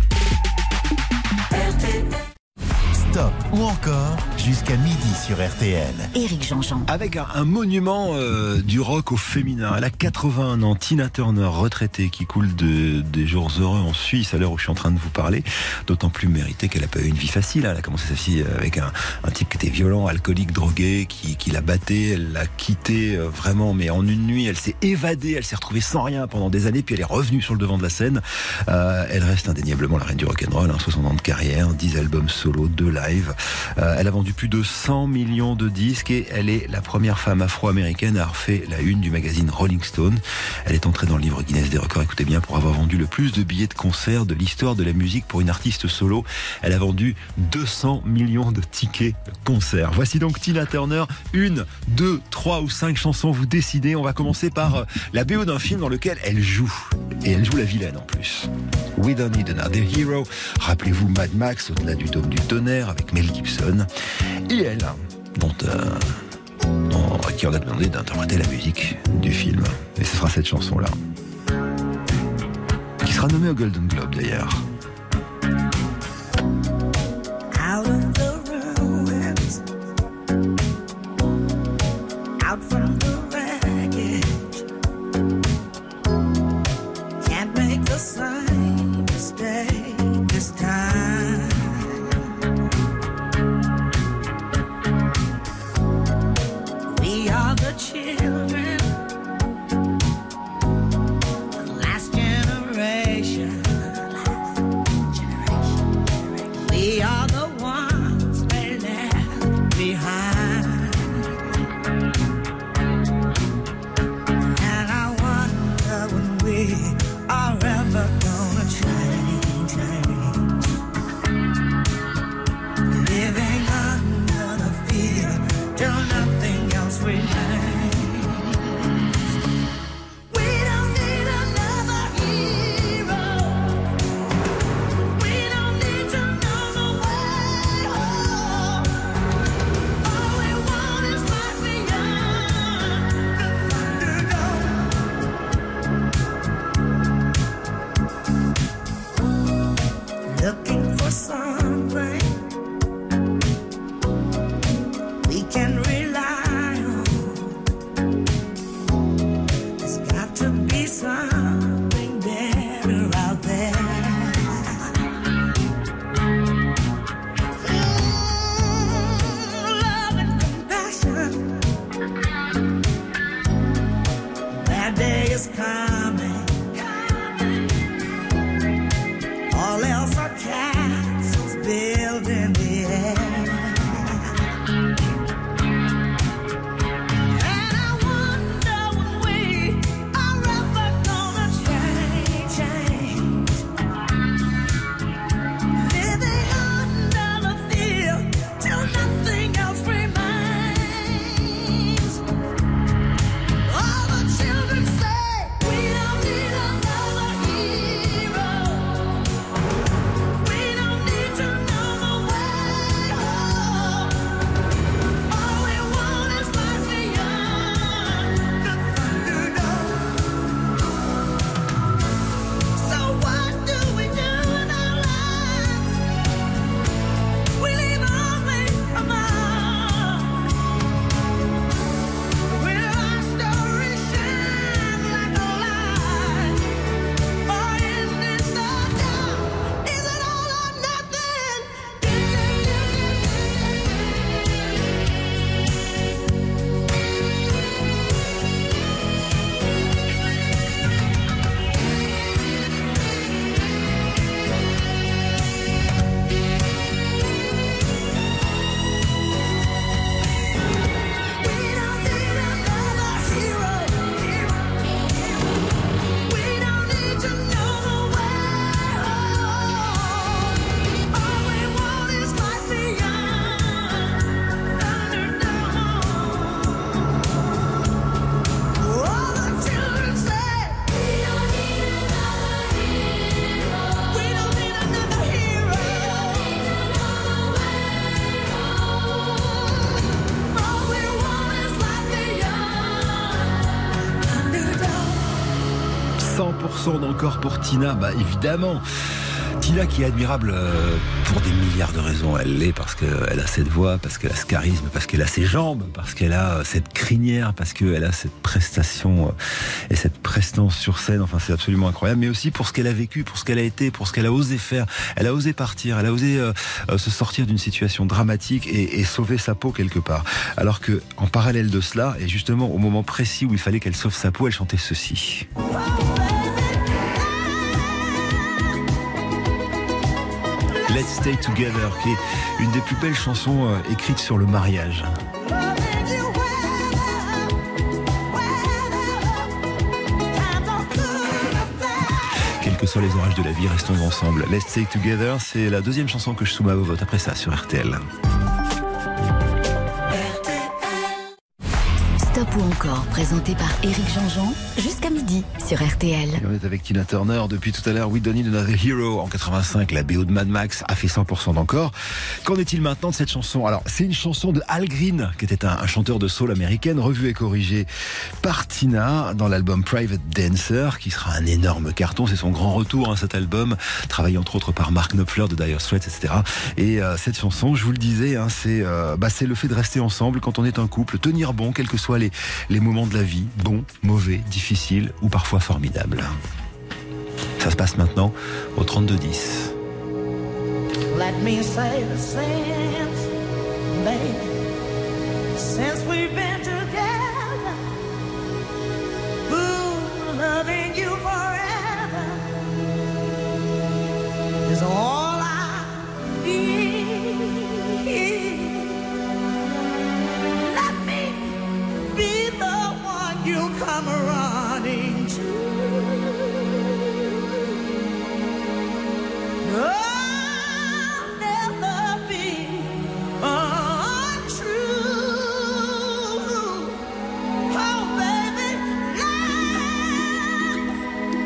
Stop ou encore jusqu'à midi sur RTL. Éric Jean-Jean. Avec un monument du rock au féminin. Elle a 81 ans, Tina Turner, retraitée, qui coule des jours heureux en Suisse à l'heure où je suis en train de vous parler. D'autant plus méritée qu'elle n'a pas eu une vie facile. Elle a commencé sa vie avec un type qui était violent, alcoolique, drogué, qui l'a batté. Elle l'a quitté vraiment, mais en une nuit. Elle s'est évadée, elle s'est retrouvée sans rien pendant des années, puis elle est revenue sur le devant de la scène. Elle reste indéniablement la reine du rock'n'roll, 60 ans de carrière, 10 albums solo, 2 lives. Elle a vendu plus de 100 millions de disques et elle est la première femme afro-américaine à avoir fait la une du magazine Rolling Stone. Elle est entrée dans le livre Guinness des records, écoutez bien, pour avoir vendu le plus de billets de concert de l'histoire de la musique pour une artiste solo. Elle a vendu 200 millions de tickets de concert. Voici donc Tina Turner, 1, 2, 3 ou 5 chansons, vous décidez. On va commencer par la BO d'un film dans lequel elle joue. Et elle joue la vilaine en plus. We Don't Need Another Hero. Rappelez-vous Mad Max, Au-delà du dôme du tonnerre, avec Mel Gibson. Et elle, qui en a demandé d'interpréter la musique du film. Et ce sera cette chanson-là, qui sera nommée au Golden Globe d'ailleurs. Out of the ruins, out from the wreckage, can't make the same mistake this time. We are the children, the last generation. We are the ones they left behind. And I wonder when we are ever gonna change. Living under the fear till nothing else remains. We don't need another hero. We don't need to know the way. 100% d'encore pour Tina, évidemment. Tina qui est admirable pour des milliards de raisons. Elle l'est parce qu'elle a cette voix, parce qu'elle a ce charisme, parce qu'elle a ses jambes, parce qu'elle a cette crinière, parce qu'elle a cette prestation et cette prestance sur scène. Enfin, c'est absolument incroyable. Mais aussi pour ce qu'elle a vécu, pour ce qu'elle a été, pour ce qu'elle a osé faire. Elle a osé partir, elle a osé se sortir d'une situation dramatique et sauver sa peau quelque part. Alors que, en parallèle de cela, et justement au moment précis où il fallait qu'elle sauve sa peau, elle chantait ceci. Let's Stay Together, qui est une des plus belles chansons écrites sur le mariage. Quels que soient les orages de la vie, restons ensemble. Let's Stay Together, c'est la deuxième chanson que je soumets à vos votes après ça sur RTL. Stop ou encore, présenté par Éric Jean-Jean, jusqu'à midi sur RTL. Et on est avec Tina Turner depuis tout à l'heure. We Don't Need Another Hero en 85. La BO de Mad Max a fait 100% d'encore. Qu'en est-il maintenant de cette chanson? Alors, c'est une chanson de Al Green, qui était un chanteur de soul américaine, revu et corrigé par Tina dans l'album Private Dancer, qui sera un énorme carton. C'est son grand retour, cet album, travaillé entre autres par Mark Knopfler de Dire Straits, etc. Et cette chanson, je vous le disais, c'est le fait de rester ensemble quand on est un couple, tenir bon, quels que soient les moments de la vie, bons, mauvais, difficiles ou parfois formidables. Ça se passe maintenant au 32-10. Let me say the since, baby, since we've been together, ooh, loving you forever is all I need. Let me be the one you come running to. I'll never be untrue. Oh, baby,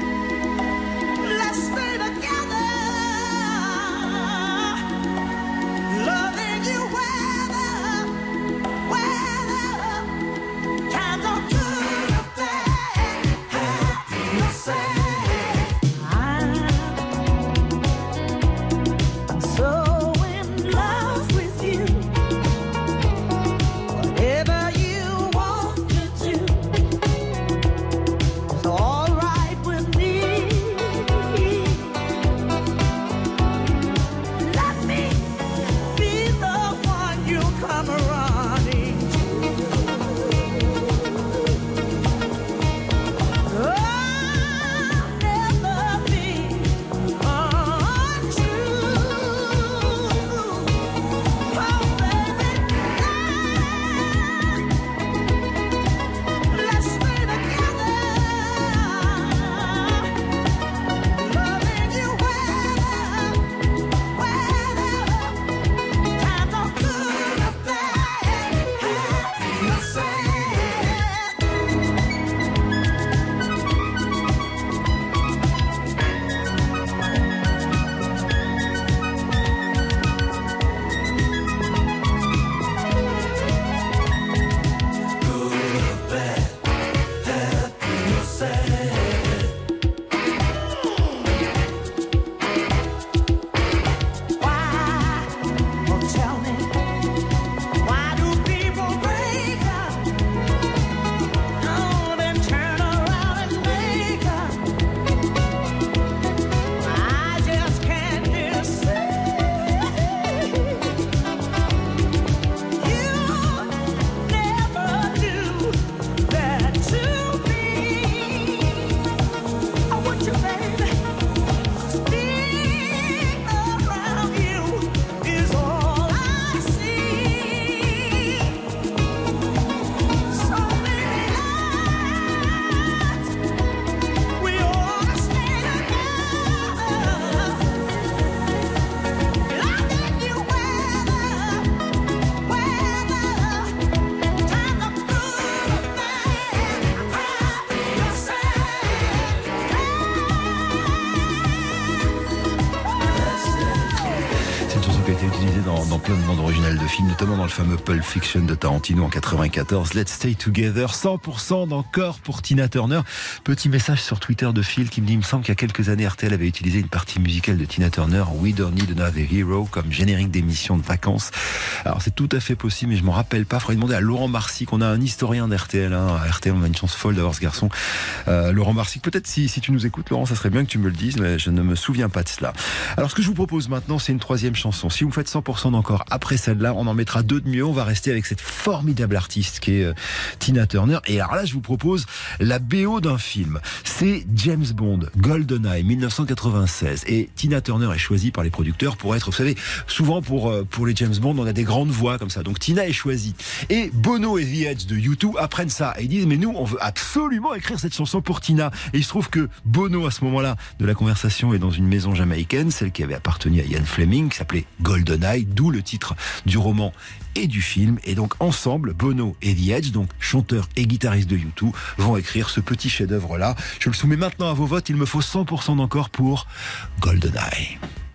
qui a été utilisé dans plein de bandes originales de films, notamment dans le fameux Pulp Fiction de Tarantino en 94. Let's Stay Together, 100% d'encore pour Tina Turner. Petit message sur Twitter de Phil qui me dit, il me semble qu'il y a quelques années, RTL avait utilisé une partie musicale de Tina Turner, We Don't Need Another Hero, comme générique d'émission de vacances. Alors c'est tout à fait possible, mais je m'en rappelle pas. Il faudrait demander à Laurent Marcy, qu'on a un historien d'RTL. À RTL, on a une chance folle d'avoir ce garçon. Laurent Marcy, peut-être si tu nous écoutes, Laurent, ça serait bien que tu me le dises, mais je ne me souviens pas de cela. Alors ce que je vous propose maintenant, c'est une troisième chanson. Si vous me faites 100% d'encore après celle-là, on en mettra deux de mieux. On va rester avec cette formidable artiste qui est Tina Turner. Et alors là, je vous propose la BO d'un film. C'est James Bond, GoldenEye, 1996. Et Tina Turner est choisie par les producteurs pour être, vous savez, souvent pour les James Bond, on a des grandes voix comme ça. Donc Tina est choisie. Et Bono et The Edge de U2 apprennent ça et ils disent, mais nous, on veut absolument écrire cette chanson pour Tina. Et il se trouve que Bono, à ce moment-là de la conversation, est dans une maison jamaïcaine, celle qui avait appartenu à Ian Fleming, qui s'appelait GoldenEye, d'où le titre du roman et du film. Et donc ensemble, Bono et The Edge, donc chanteur et guitariste de U2, vont écrire ce petit chef-d'œuvre-là. Je le soumets maintenant à vos votes. Il me faut 100% d'encore pour GoldenEye.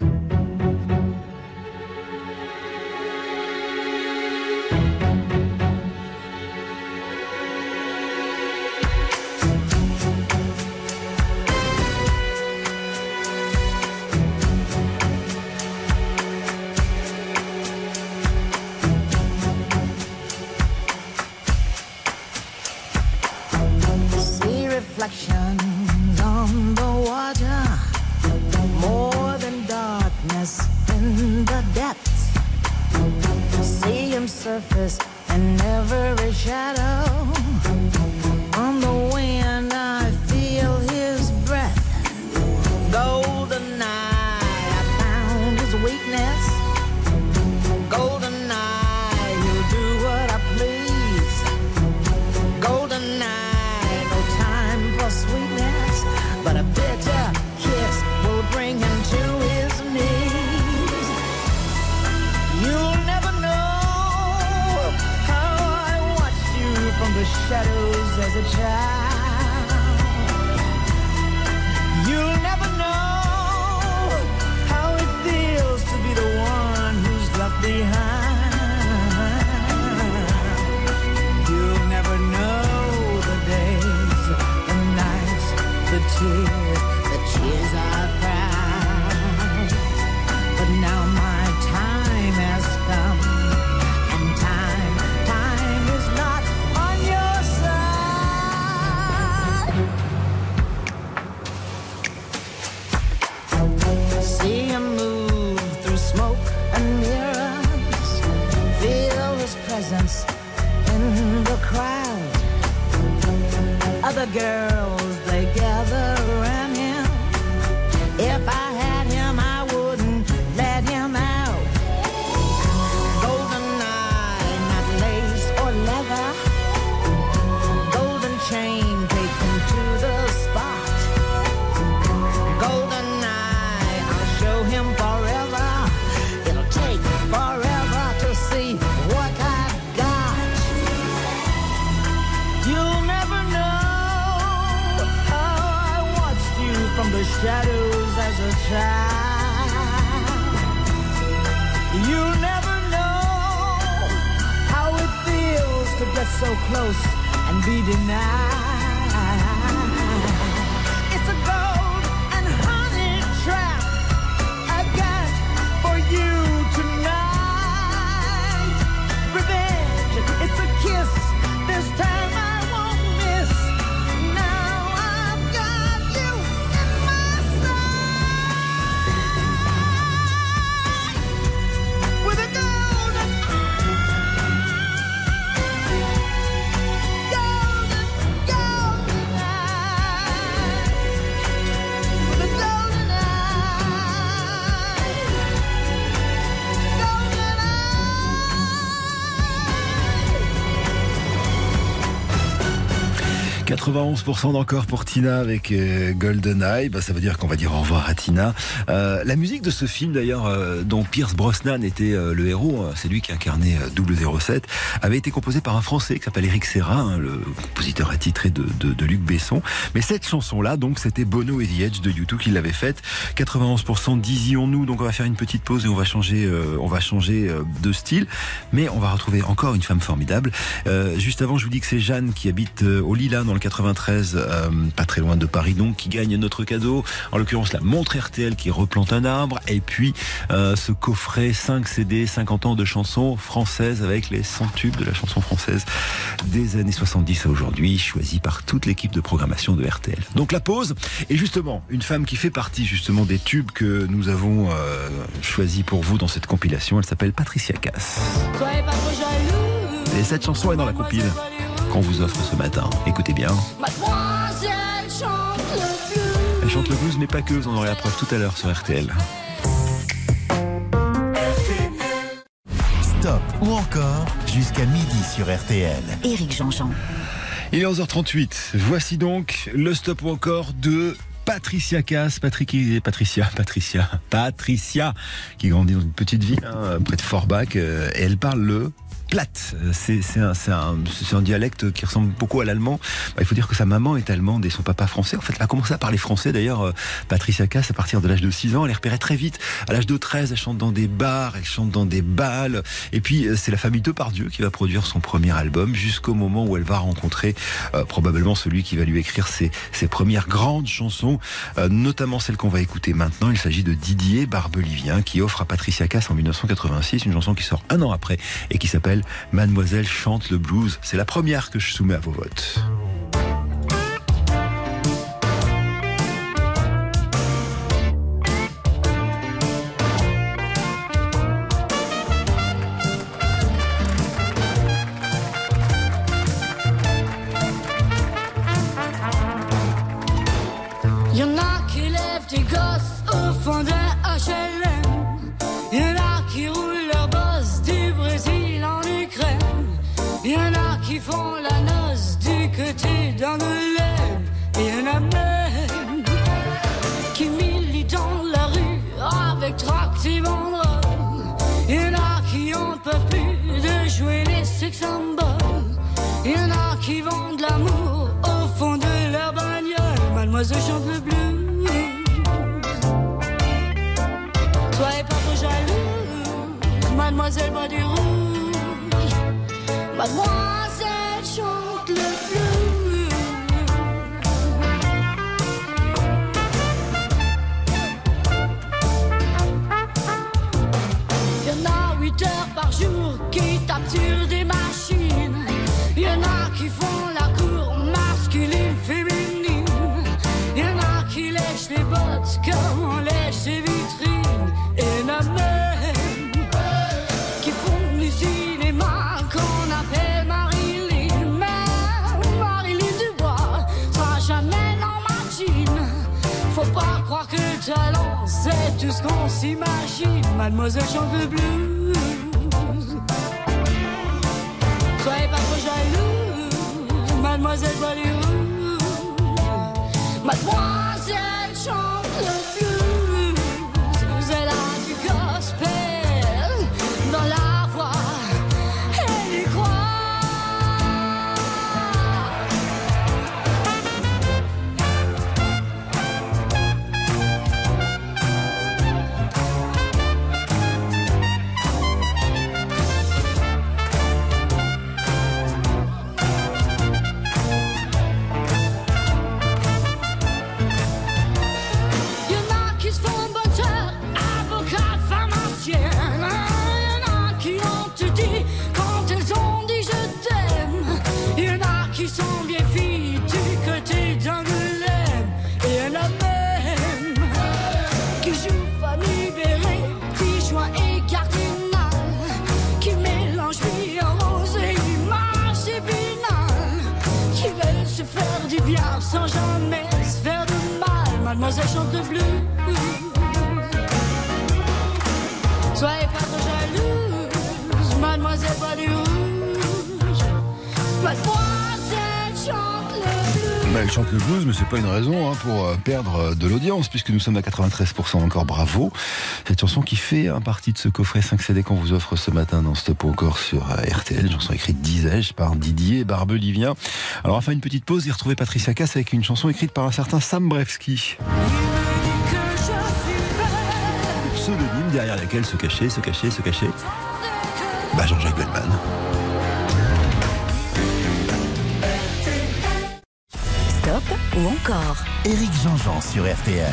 Reflections on the water, more than darkness in the depths. See him surface in every shadow. On the wind I feel his breath. GoldenEye, I found his weakness. GoldenEye, he'll do what I please. GoldenEye, sweetness, but a bitter kiss will bring him to his knees. You'll never know how I watched you from the shadows as a child. You'll never know how it feels to be the one who's left behind. You'll never know the days, the tears I've cried. But now my time has come, and time is not on your side. See him move through smoke and mirrors, feel his presence in the crowd. Other girls, they gather around him. If I had him, I wouldn't let him out. GoldenEye, not lace or leather. Golden chain taken to the spot. GoldenEye, I'll show him forever. It'll take forever to see what I've got. You'll never know from the shadows as a child. You'll never know how it feels to get so close and be denied. It's a gold and honey trap I got for you tonight. Revenge, it's a kiss, this time I won't miss. Golden, golden. 91% d'encore pour Tina avec GoldenEye. Ça veut dire qu'on va dire au revoir à Tina. La musique de ce film d'ailleurs, dont Pierce Brosnan était le héros, c'est lui qui incarnait 007, avait été composée par un Français qui s'appelle Éric Serra, le compositeur attitré de Luc Besson. Mais cette chanson-là, donc, c'était Bono et The Edge de U2 qui l'avaient faite. 91% disions-nous. Donc on va faire une petite pause et on va changer de style. Mais on va retrouver encore une femme formidable. Juste avant, je vous dis que c'est Jeanne qui habite au Lilas dans le 93, pas très loin de Paris, donc, qui gagne notre cadeau. En l'occurrence, la montre RTL qui replante un arbre. Et puis ce coffret 5 CD, 50 ans de chansons françaises avec les 100 tubes de la chanson française des années 70 à aujourd'hui, choisi par toute l'équipe de programmation de RTL. Donc la pause, et justement, une femme qui fait partie justement des tubes que nous avons choisis pour vous dans cette compilation, elle s'appelle Patricia Cass. Et cette chanson est dans la compile qu'on vous offre ce matin. Écoutez bien. Elle chante le blues, mais pas que, vous en aurez la preuve tout à l'heure sur RTL. Stop ou encore jusqu'à midi sur RTL. Éric Jean-Jean. Il est 11h38. Voici donc le stop ou encore de Patricia Cass. Patricia, qui grandit dans une petite ville près de Forbach. Et elle parle le plate. C'est un dialecte qui ressemble beaucoup à l'allemand. Il faut dire que sa maman est allemande et son papa français. En fait, elle a commencé à parler français. D'ailleurs, Patricia Cass, à partir de l'âge de 6 ans, elle est repérée très vite. À l'âge de 13, elle chante dans des bars, elle chante dans des balles. Et puis, c'est la famille Depardieu qui va produire son premier album jusqu'au moment où elle va rencontrer probablement celui qui va lui écrire ses premières grandes chansons, notamment celle qu'on va écouter maintenant. Il s'agit de Didier Barbelivien qui offre à Patricia Cass en 1986 une chanson qui sort un an après et qui s'appelle Mademoiselle chante le blues. C'est la première que je soumets à vos votes. Y'en a qui lèvent des gosses au fond d'un HLM. Y'en a qui roulent leur boss du Brésil en Ukraine. Y'en a qui font la noce du côté d'Angoulême. Et y'en a même qui militent dans la rue avec tract et banderoles. Y'en a qui en peuvent plus de jouer les sex symboles. Y'en a qui vendent l'amour au fond de leur bagnole. Mademoiselle chante le blues. Soyez pas trop jaloux, mademoiselle boit du rouge. Mademoiselle chante le blues. Y'en a 8 heures par jour qui tapent sur des machines. Y'en a qui font la cour masculine, féminine. Y'en a qui lèchent les bottes comme on lèche les vitrines. Et y'en a même qui font du cinéma qu'on appelle Marilyn. Mais Marilyn Dubois sera jamais dans ma jean. Faut pas croire que le talent c'est tout ce qu'on s'imagine. Mademoiselle chante le blues. Soyez pas trop jaloux, mademoiselle boit du rouge. Mademoiselle chante le blues. Elle a du gospel dans la voix. Elle y croit. Sans jamais se faire de mal, mademoiselle chante le blues. Soyez pas trop jalouse, mademoiselle boit du rouge. Mademoiselle chante le blues. Elle chante le blues, mais c'est pas une raison pour perdre de l'audience, puisque nous sommes à 93% encore. Bravo. Cette chanson qui fait partie de ce coffret 5 CD qu'on vous offre ce matin dans Stop ou encore sur RTL. Une chanson écrite, disais-je, par Didier Barbelivien. Alors, on va faire une petite pause et retrouver Patricia Cass avec une chanson écrite par un certain Sam Brewski. Pseudonyme derrière laquelle se cacher. Jean-Jacques Goldman. Stop ou encore Éric Jean-Jean sur RTL.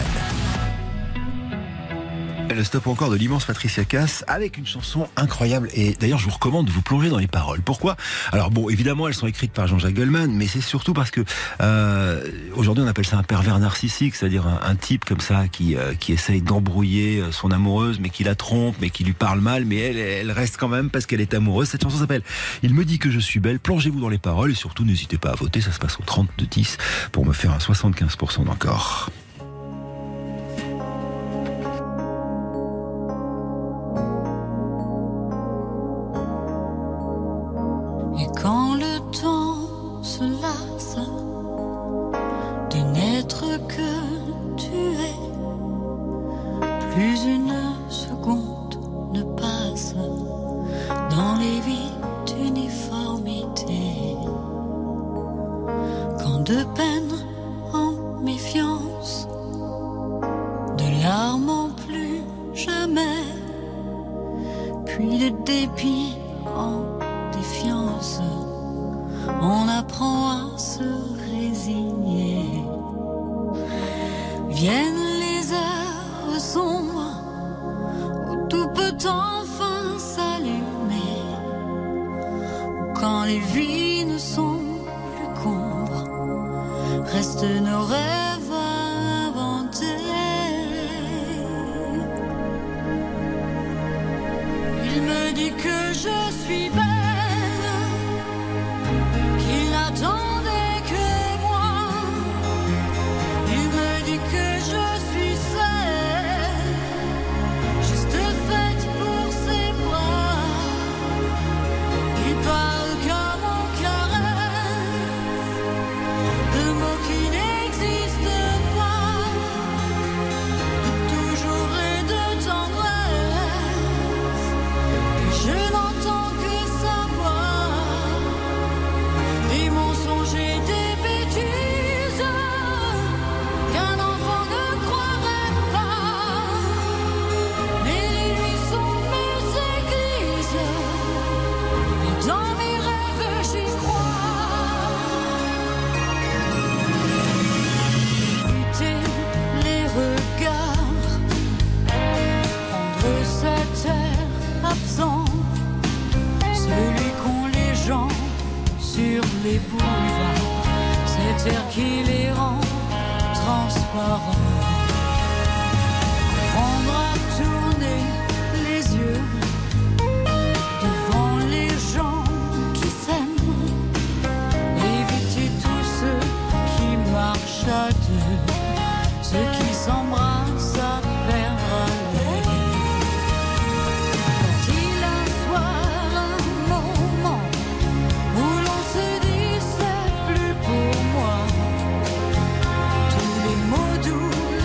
Le stop encore de l'immense Patricia Cass avec une chanson incroyable, et d'ailleurs je vous recommande de vous plonger dans les paroles. Pourquoi ? Alors bon, évidemment elles sont écrites par Jean-Jacques Goldman, mais c'est surtout parce que aujourd'hui on appelle ça un pervers narcissique, c'est-à-dire un type comme ça qui essaye d'embrouiller son amoureuse, mais qui la trompe, mais qui lui parle mal, mais elle reste quand même parce qu'elle est amoureuse. Cette chanson s'appelle Il me dit que je suis belle. Plongez-vous dans les paroles et surtout n'hésitez pas à voter, ça se passe au 32-10 pour me faire un 75% d'encore. Quand le temps se lasse de n'être que tu es, plus une seconde ne passe dans les vies d'uniformité. Quand de peine en méfiance, de larmes en plus jamais, puis de dépit en défiance, on apprend à se résigner. Viennent les heures sombres où tout peut enfin s'allumer, où quand les vies ne sont plus qu'ombres, restent nos rêves à inventer. Il me dit que je suis belle, attendez que moi. Il me dit que je suis celle, juste faite pour ses bras. Il parle comme en caresse, de mots qui n'existent pas, de toujours et de tendresse. Et je n'entends que sa voix, des mensonges et des bêtises qu'un enfant ne croirait pas. Mais les nuits sont mes églises, et dans mes rêves j'y crois. Éviter les regards, prendre cet air absent, celui qu'ont les gens sur les boulevards, cet air qui les rend transparents. Apprendre à tourner les yeux devant les gens qui s'aiment, éviter tous ceux qui marchent à deux, ceux qui s'embrassent à perdre haleine. Faut-il un soir, un moment où l'on se dit c'est plus pour moi, tous les mots doux,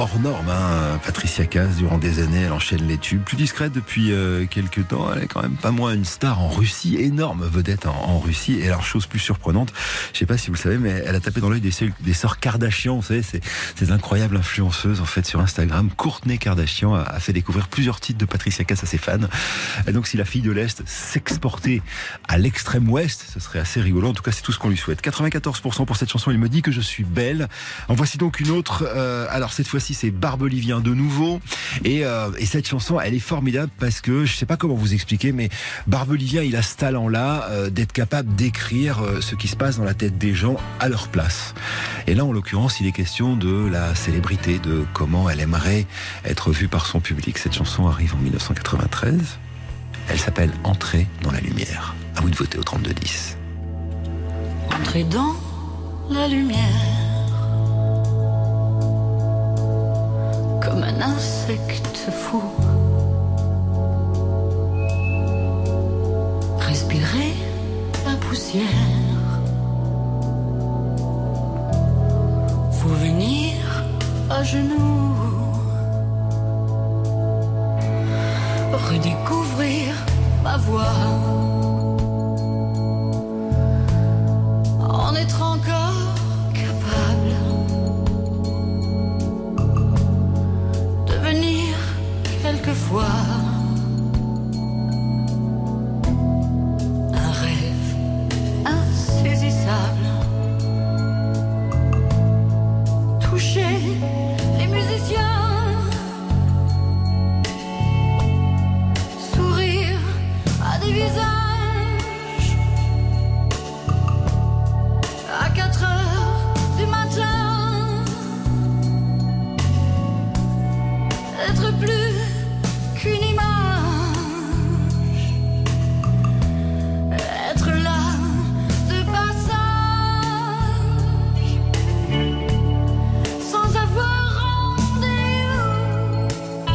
hors norme, hein. Patricia Cass, durant des années, elle enchaîne les tubes. Plus discrète depuis quelques temps, elle est quand même pas moins une star en Russie, énorme vedette en Russie. Et alors, chose plus surprenante, je sais pas si vous le savez, mais elle a tapé dans l'œil des sœurs Kardashian. Vous savez, ces incroyables influenceuses en fait sur Instagram. Kourtney Kardashian a fait découvrir plusieurs titres de Patricia Cass à ses fans. Et donc, si la fille de l'Est s'exportait à l'extrême ouest, ce serait assez rigolo. En tout cas, c'est tout ce qu'on lui souhaite. 94% pour cette chanson, il me dit que je suis belle. En voici donc une autre. Alors cette fois-ci, c'est Barbelivien de nouveau. Et cette chanson, elle est formidable parce que, je sais pas comment vous expliquer, mais Barbelivien, il a ce talent-là d'être capable d'écrire ce qui se passe dans la tête des gens à leur place. Et là, en l'occurrence, il est question de la célébrité, de comment elle aimerait être vue par son public. Cette chanson arrive en 1993. Elle s'appelle Entrer dans la lumière. À vous de voter au 32-10. Entrer dans la lumière, comme un insecte fou, respirer la poussière, faut venir à genoux, redécouvrir ma voix, en être encore capable, devenir quelquefois un rêve insaisissable, toucher les musiciens, sourire à des visages. À 4 heures du matin, être plus qu'une image, être là de passage, sans avoir rendez-vous,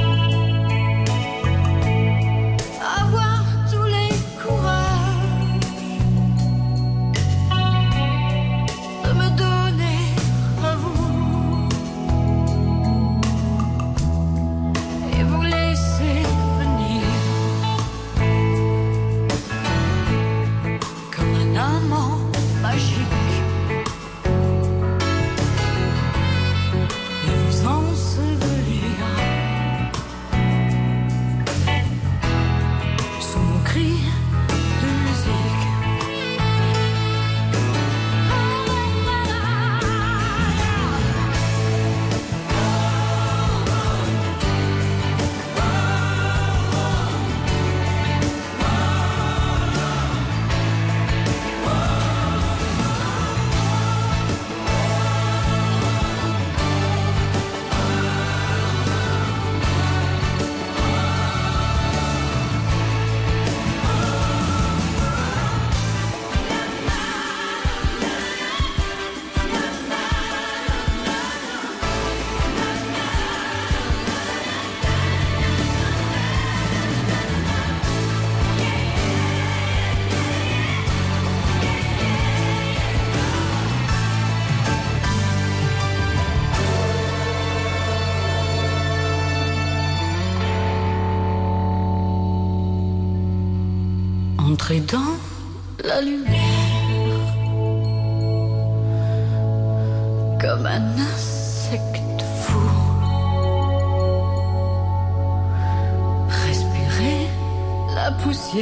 avoir tous les courages de me donner à vous et vous laisser venir comme un amant magique et vous ensevelir sous mon cri de musique. Entrer dans la lumière, comme un insecte fou, respirer la poussière,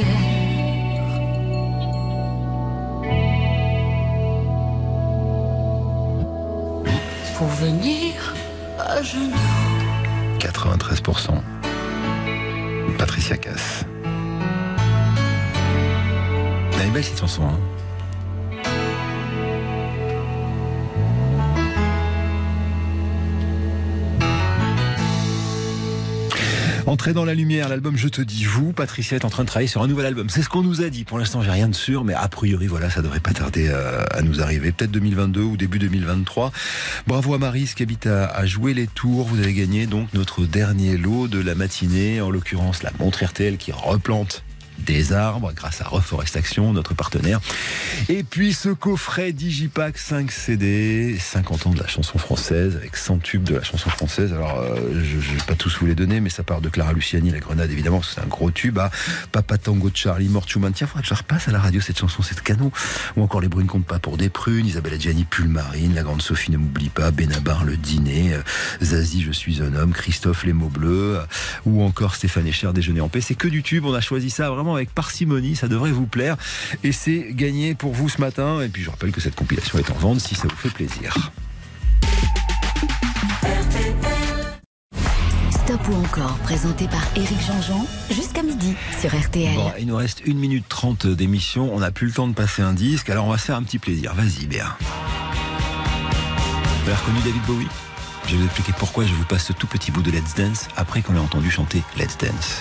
faut venir à genoux. 93%. Patricia Cass. Elle est belle cette chanson, hein. Entrer dans la lumière, l'album Je te dis vous. Patricia est en train de travailler sur un nouvel album. C'est ce qu'on nous a dit. Pour l'instant, j'ai rien de sûr, mais a priori, voilà, ça devrait pas tarder à nous arriver. Peut-être 2022 ou début 2023. Bravo à Maryse qui habite à Jouer les Tours. Vous avez gagné donc notre dernier lot de la matinée. En l'occurrence, la montre RTL qui replante des arbres grâce à Reforestation, notre partenaire. Et puis ce coffret Digipack 5 CD, 50 ans de la chanson française, avec 100 tubes de la chanson française. Alors, je ne vais pas tous vous les donner, mais ça part de Clara Luciani, La Grenade, évidemment, parce que c'est un gros tube. À Papa Tango de Charlie, Mort Schumann. Tiens, il faudrait que je la repasse à la radio, cette chanson, c'est canon. Ou encore Les Brunes comptent pas pour des prunes, Isabelle Adjani, Pulmarine, La Grande Sophie ne m'oublie pas, Benabar, Le Dîner, Zazie, Je suis un homme, Christophe, Les mots bleus, ou encore Stéphane Echer, Déjeuner en paix. C'est que du tube, on a choisi ça vraiment avec parcimonie, ça devrait vous plaire. Et c'est gagné pour vous ce matin. Et puis je rappelle que cette compilation est en vente si ça vous fait plaisir. Stop ou encore, présenté par Éric Jean-Jean, jusqu'à midi sur RTL. Bon, il nous reste 1 minute 30 d'émission. On n'a plus le temps de passer un disque. Alors on va se faire un petit plaisir. Vas-y, Béa. Vous avez reconnu David Bowie ? Je vais vous expliquer pourquoi je vous passe ce tout petit bout de Let's Dance après qu'on ait entendu chanter Let's Dance.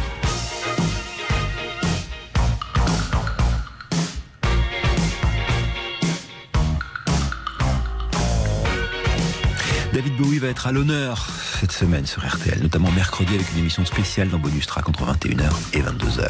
David Bowie va être à l'honneur cette semaine sur RTL, notamment mercredi avec une émission spéciale dans Bonus Track entre 21h et 22h.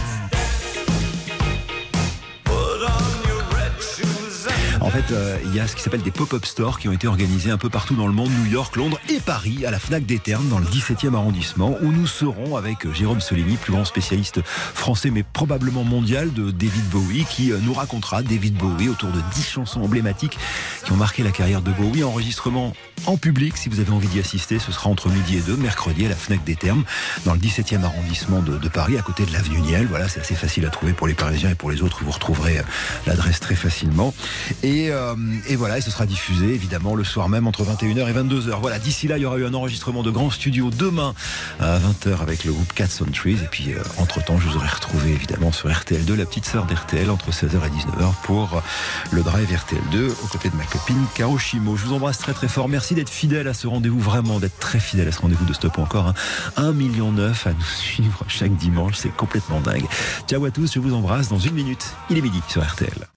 En fait, il y a ce qui s'appelle des pop-up stores qui ont été organisés un peu partout dans le monde, New York, Londres et Paris, à la Fnac des Ternes, dans le 17e arrondissement, où nous serons avec Jérôme Soligny, plus grand spécialiste français, mais probablement mondial, de David Bowie, qui nous racontera David Bowie autour de 10 chansons emblématiques qui ont marqué la carrière de Bowie. Enregistrement en public, si vous avez envie d'y assister, ce sera entre midi et 2, mercredi, à la Fnac des Ternes, dans le 17e arrondissement de Paris, à côté de l'avenue Niel. Voilà, c'est assez facile à trouver pour les Parisiens et pour les autres, vous retrouverez l'adresse très facilement. Et voilà, et ce sera diffusé évidemment le soir même entre 21h et 22h. Voilà, d'ici là, il y aura eu un enregistrement de grand studio demain à 20h avec le groupe Cats on Trees. Et puis, entre-temps, je vous aurai retrouvé évidemment sur RTL2, la petite sœur d'RTL, entre 16h et 19h pour le Drive RTL2, aux côtés de ma copine Caro Chimo. Je vous embrasse très très fort. Merci d'être fidèle à ce rendez-vous, vraiment d'être très fidèle à ce rendez-vous de Stop ou encore. 1,9 million à nous suivre chaque dimanche. C'est complètement dingue. Ciao à tous, je vous embrasse. Dans 1 minute, il est midi sur RTL.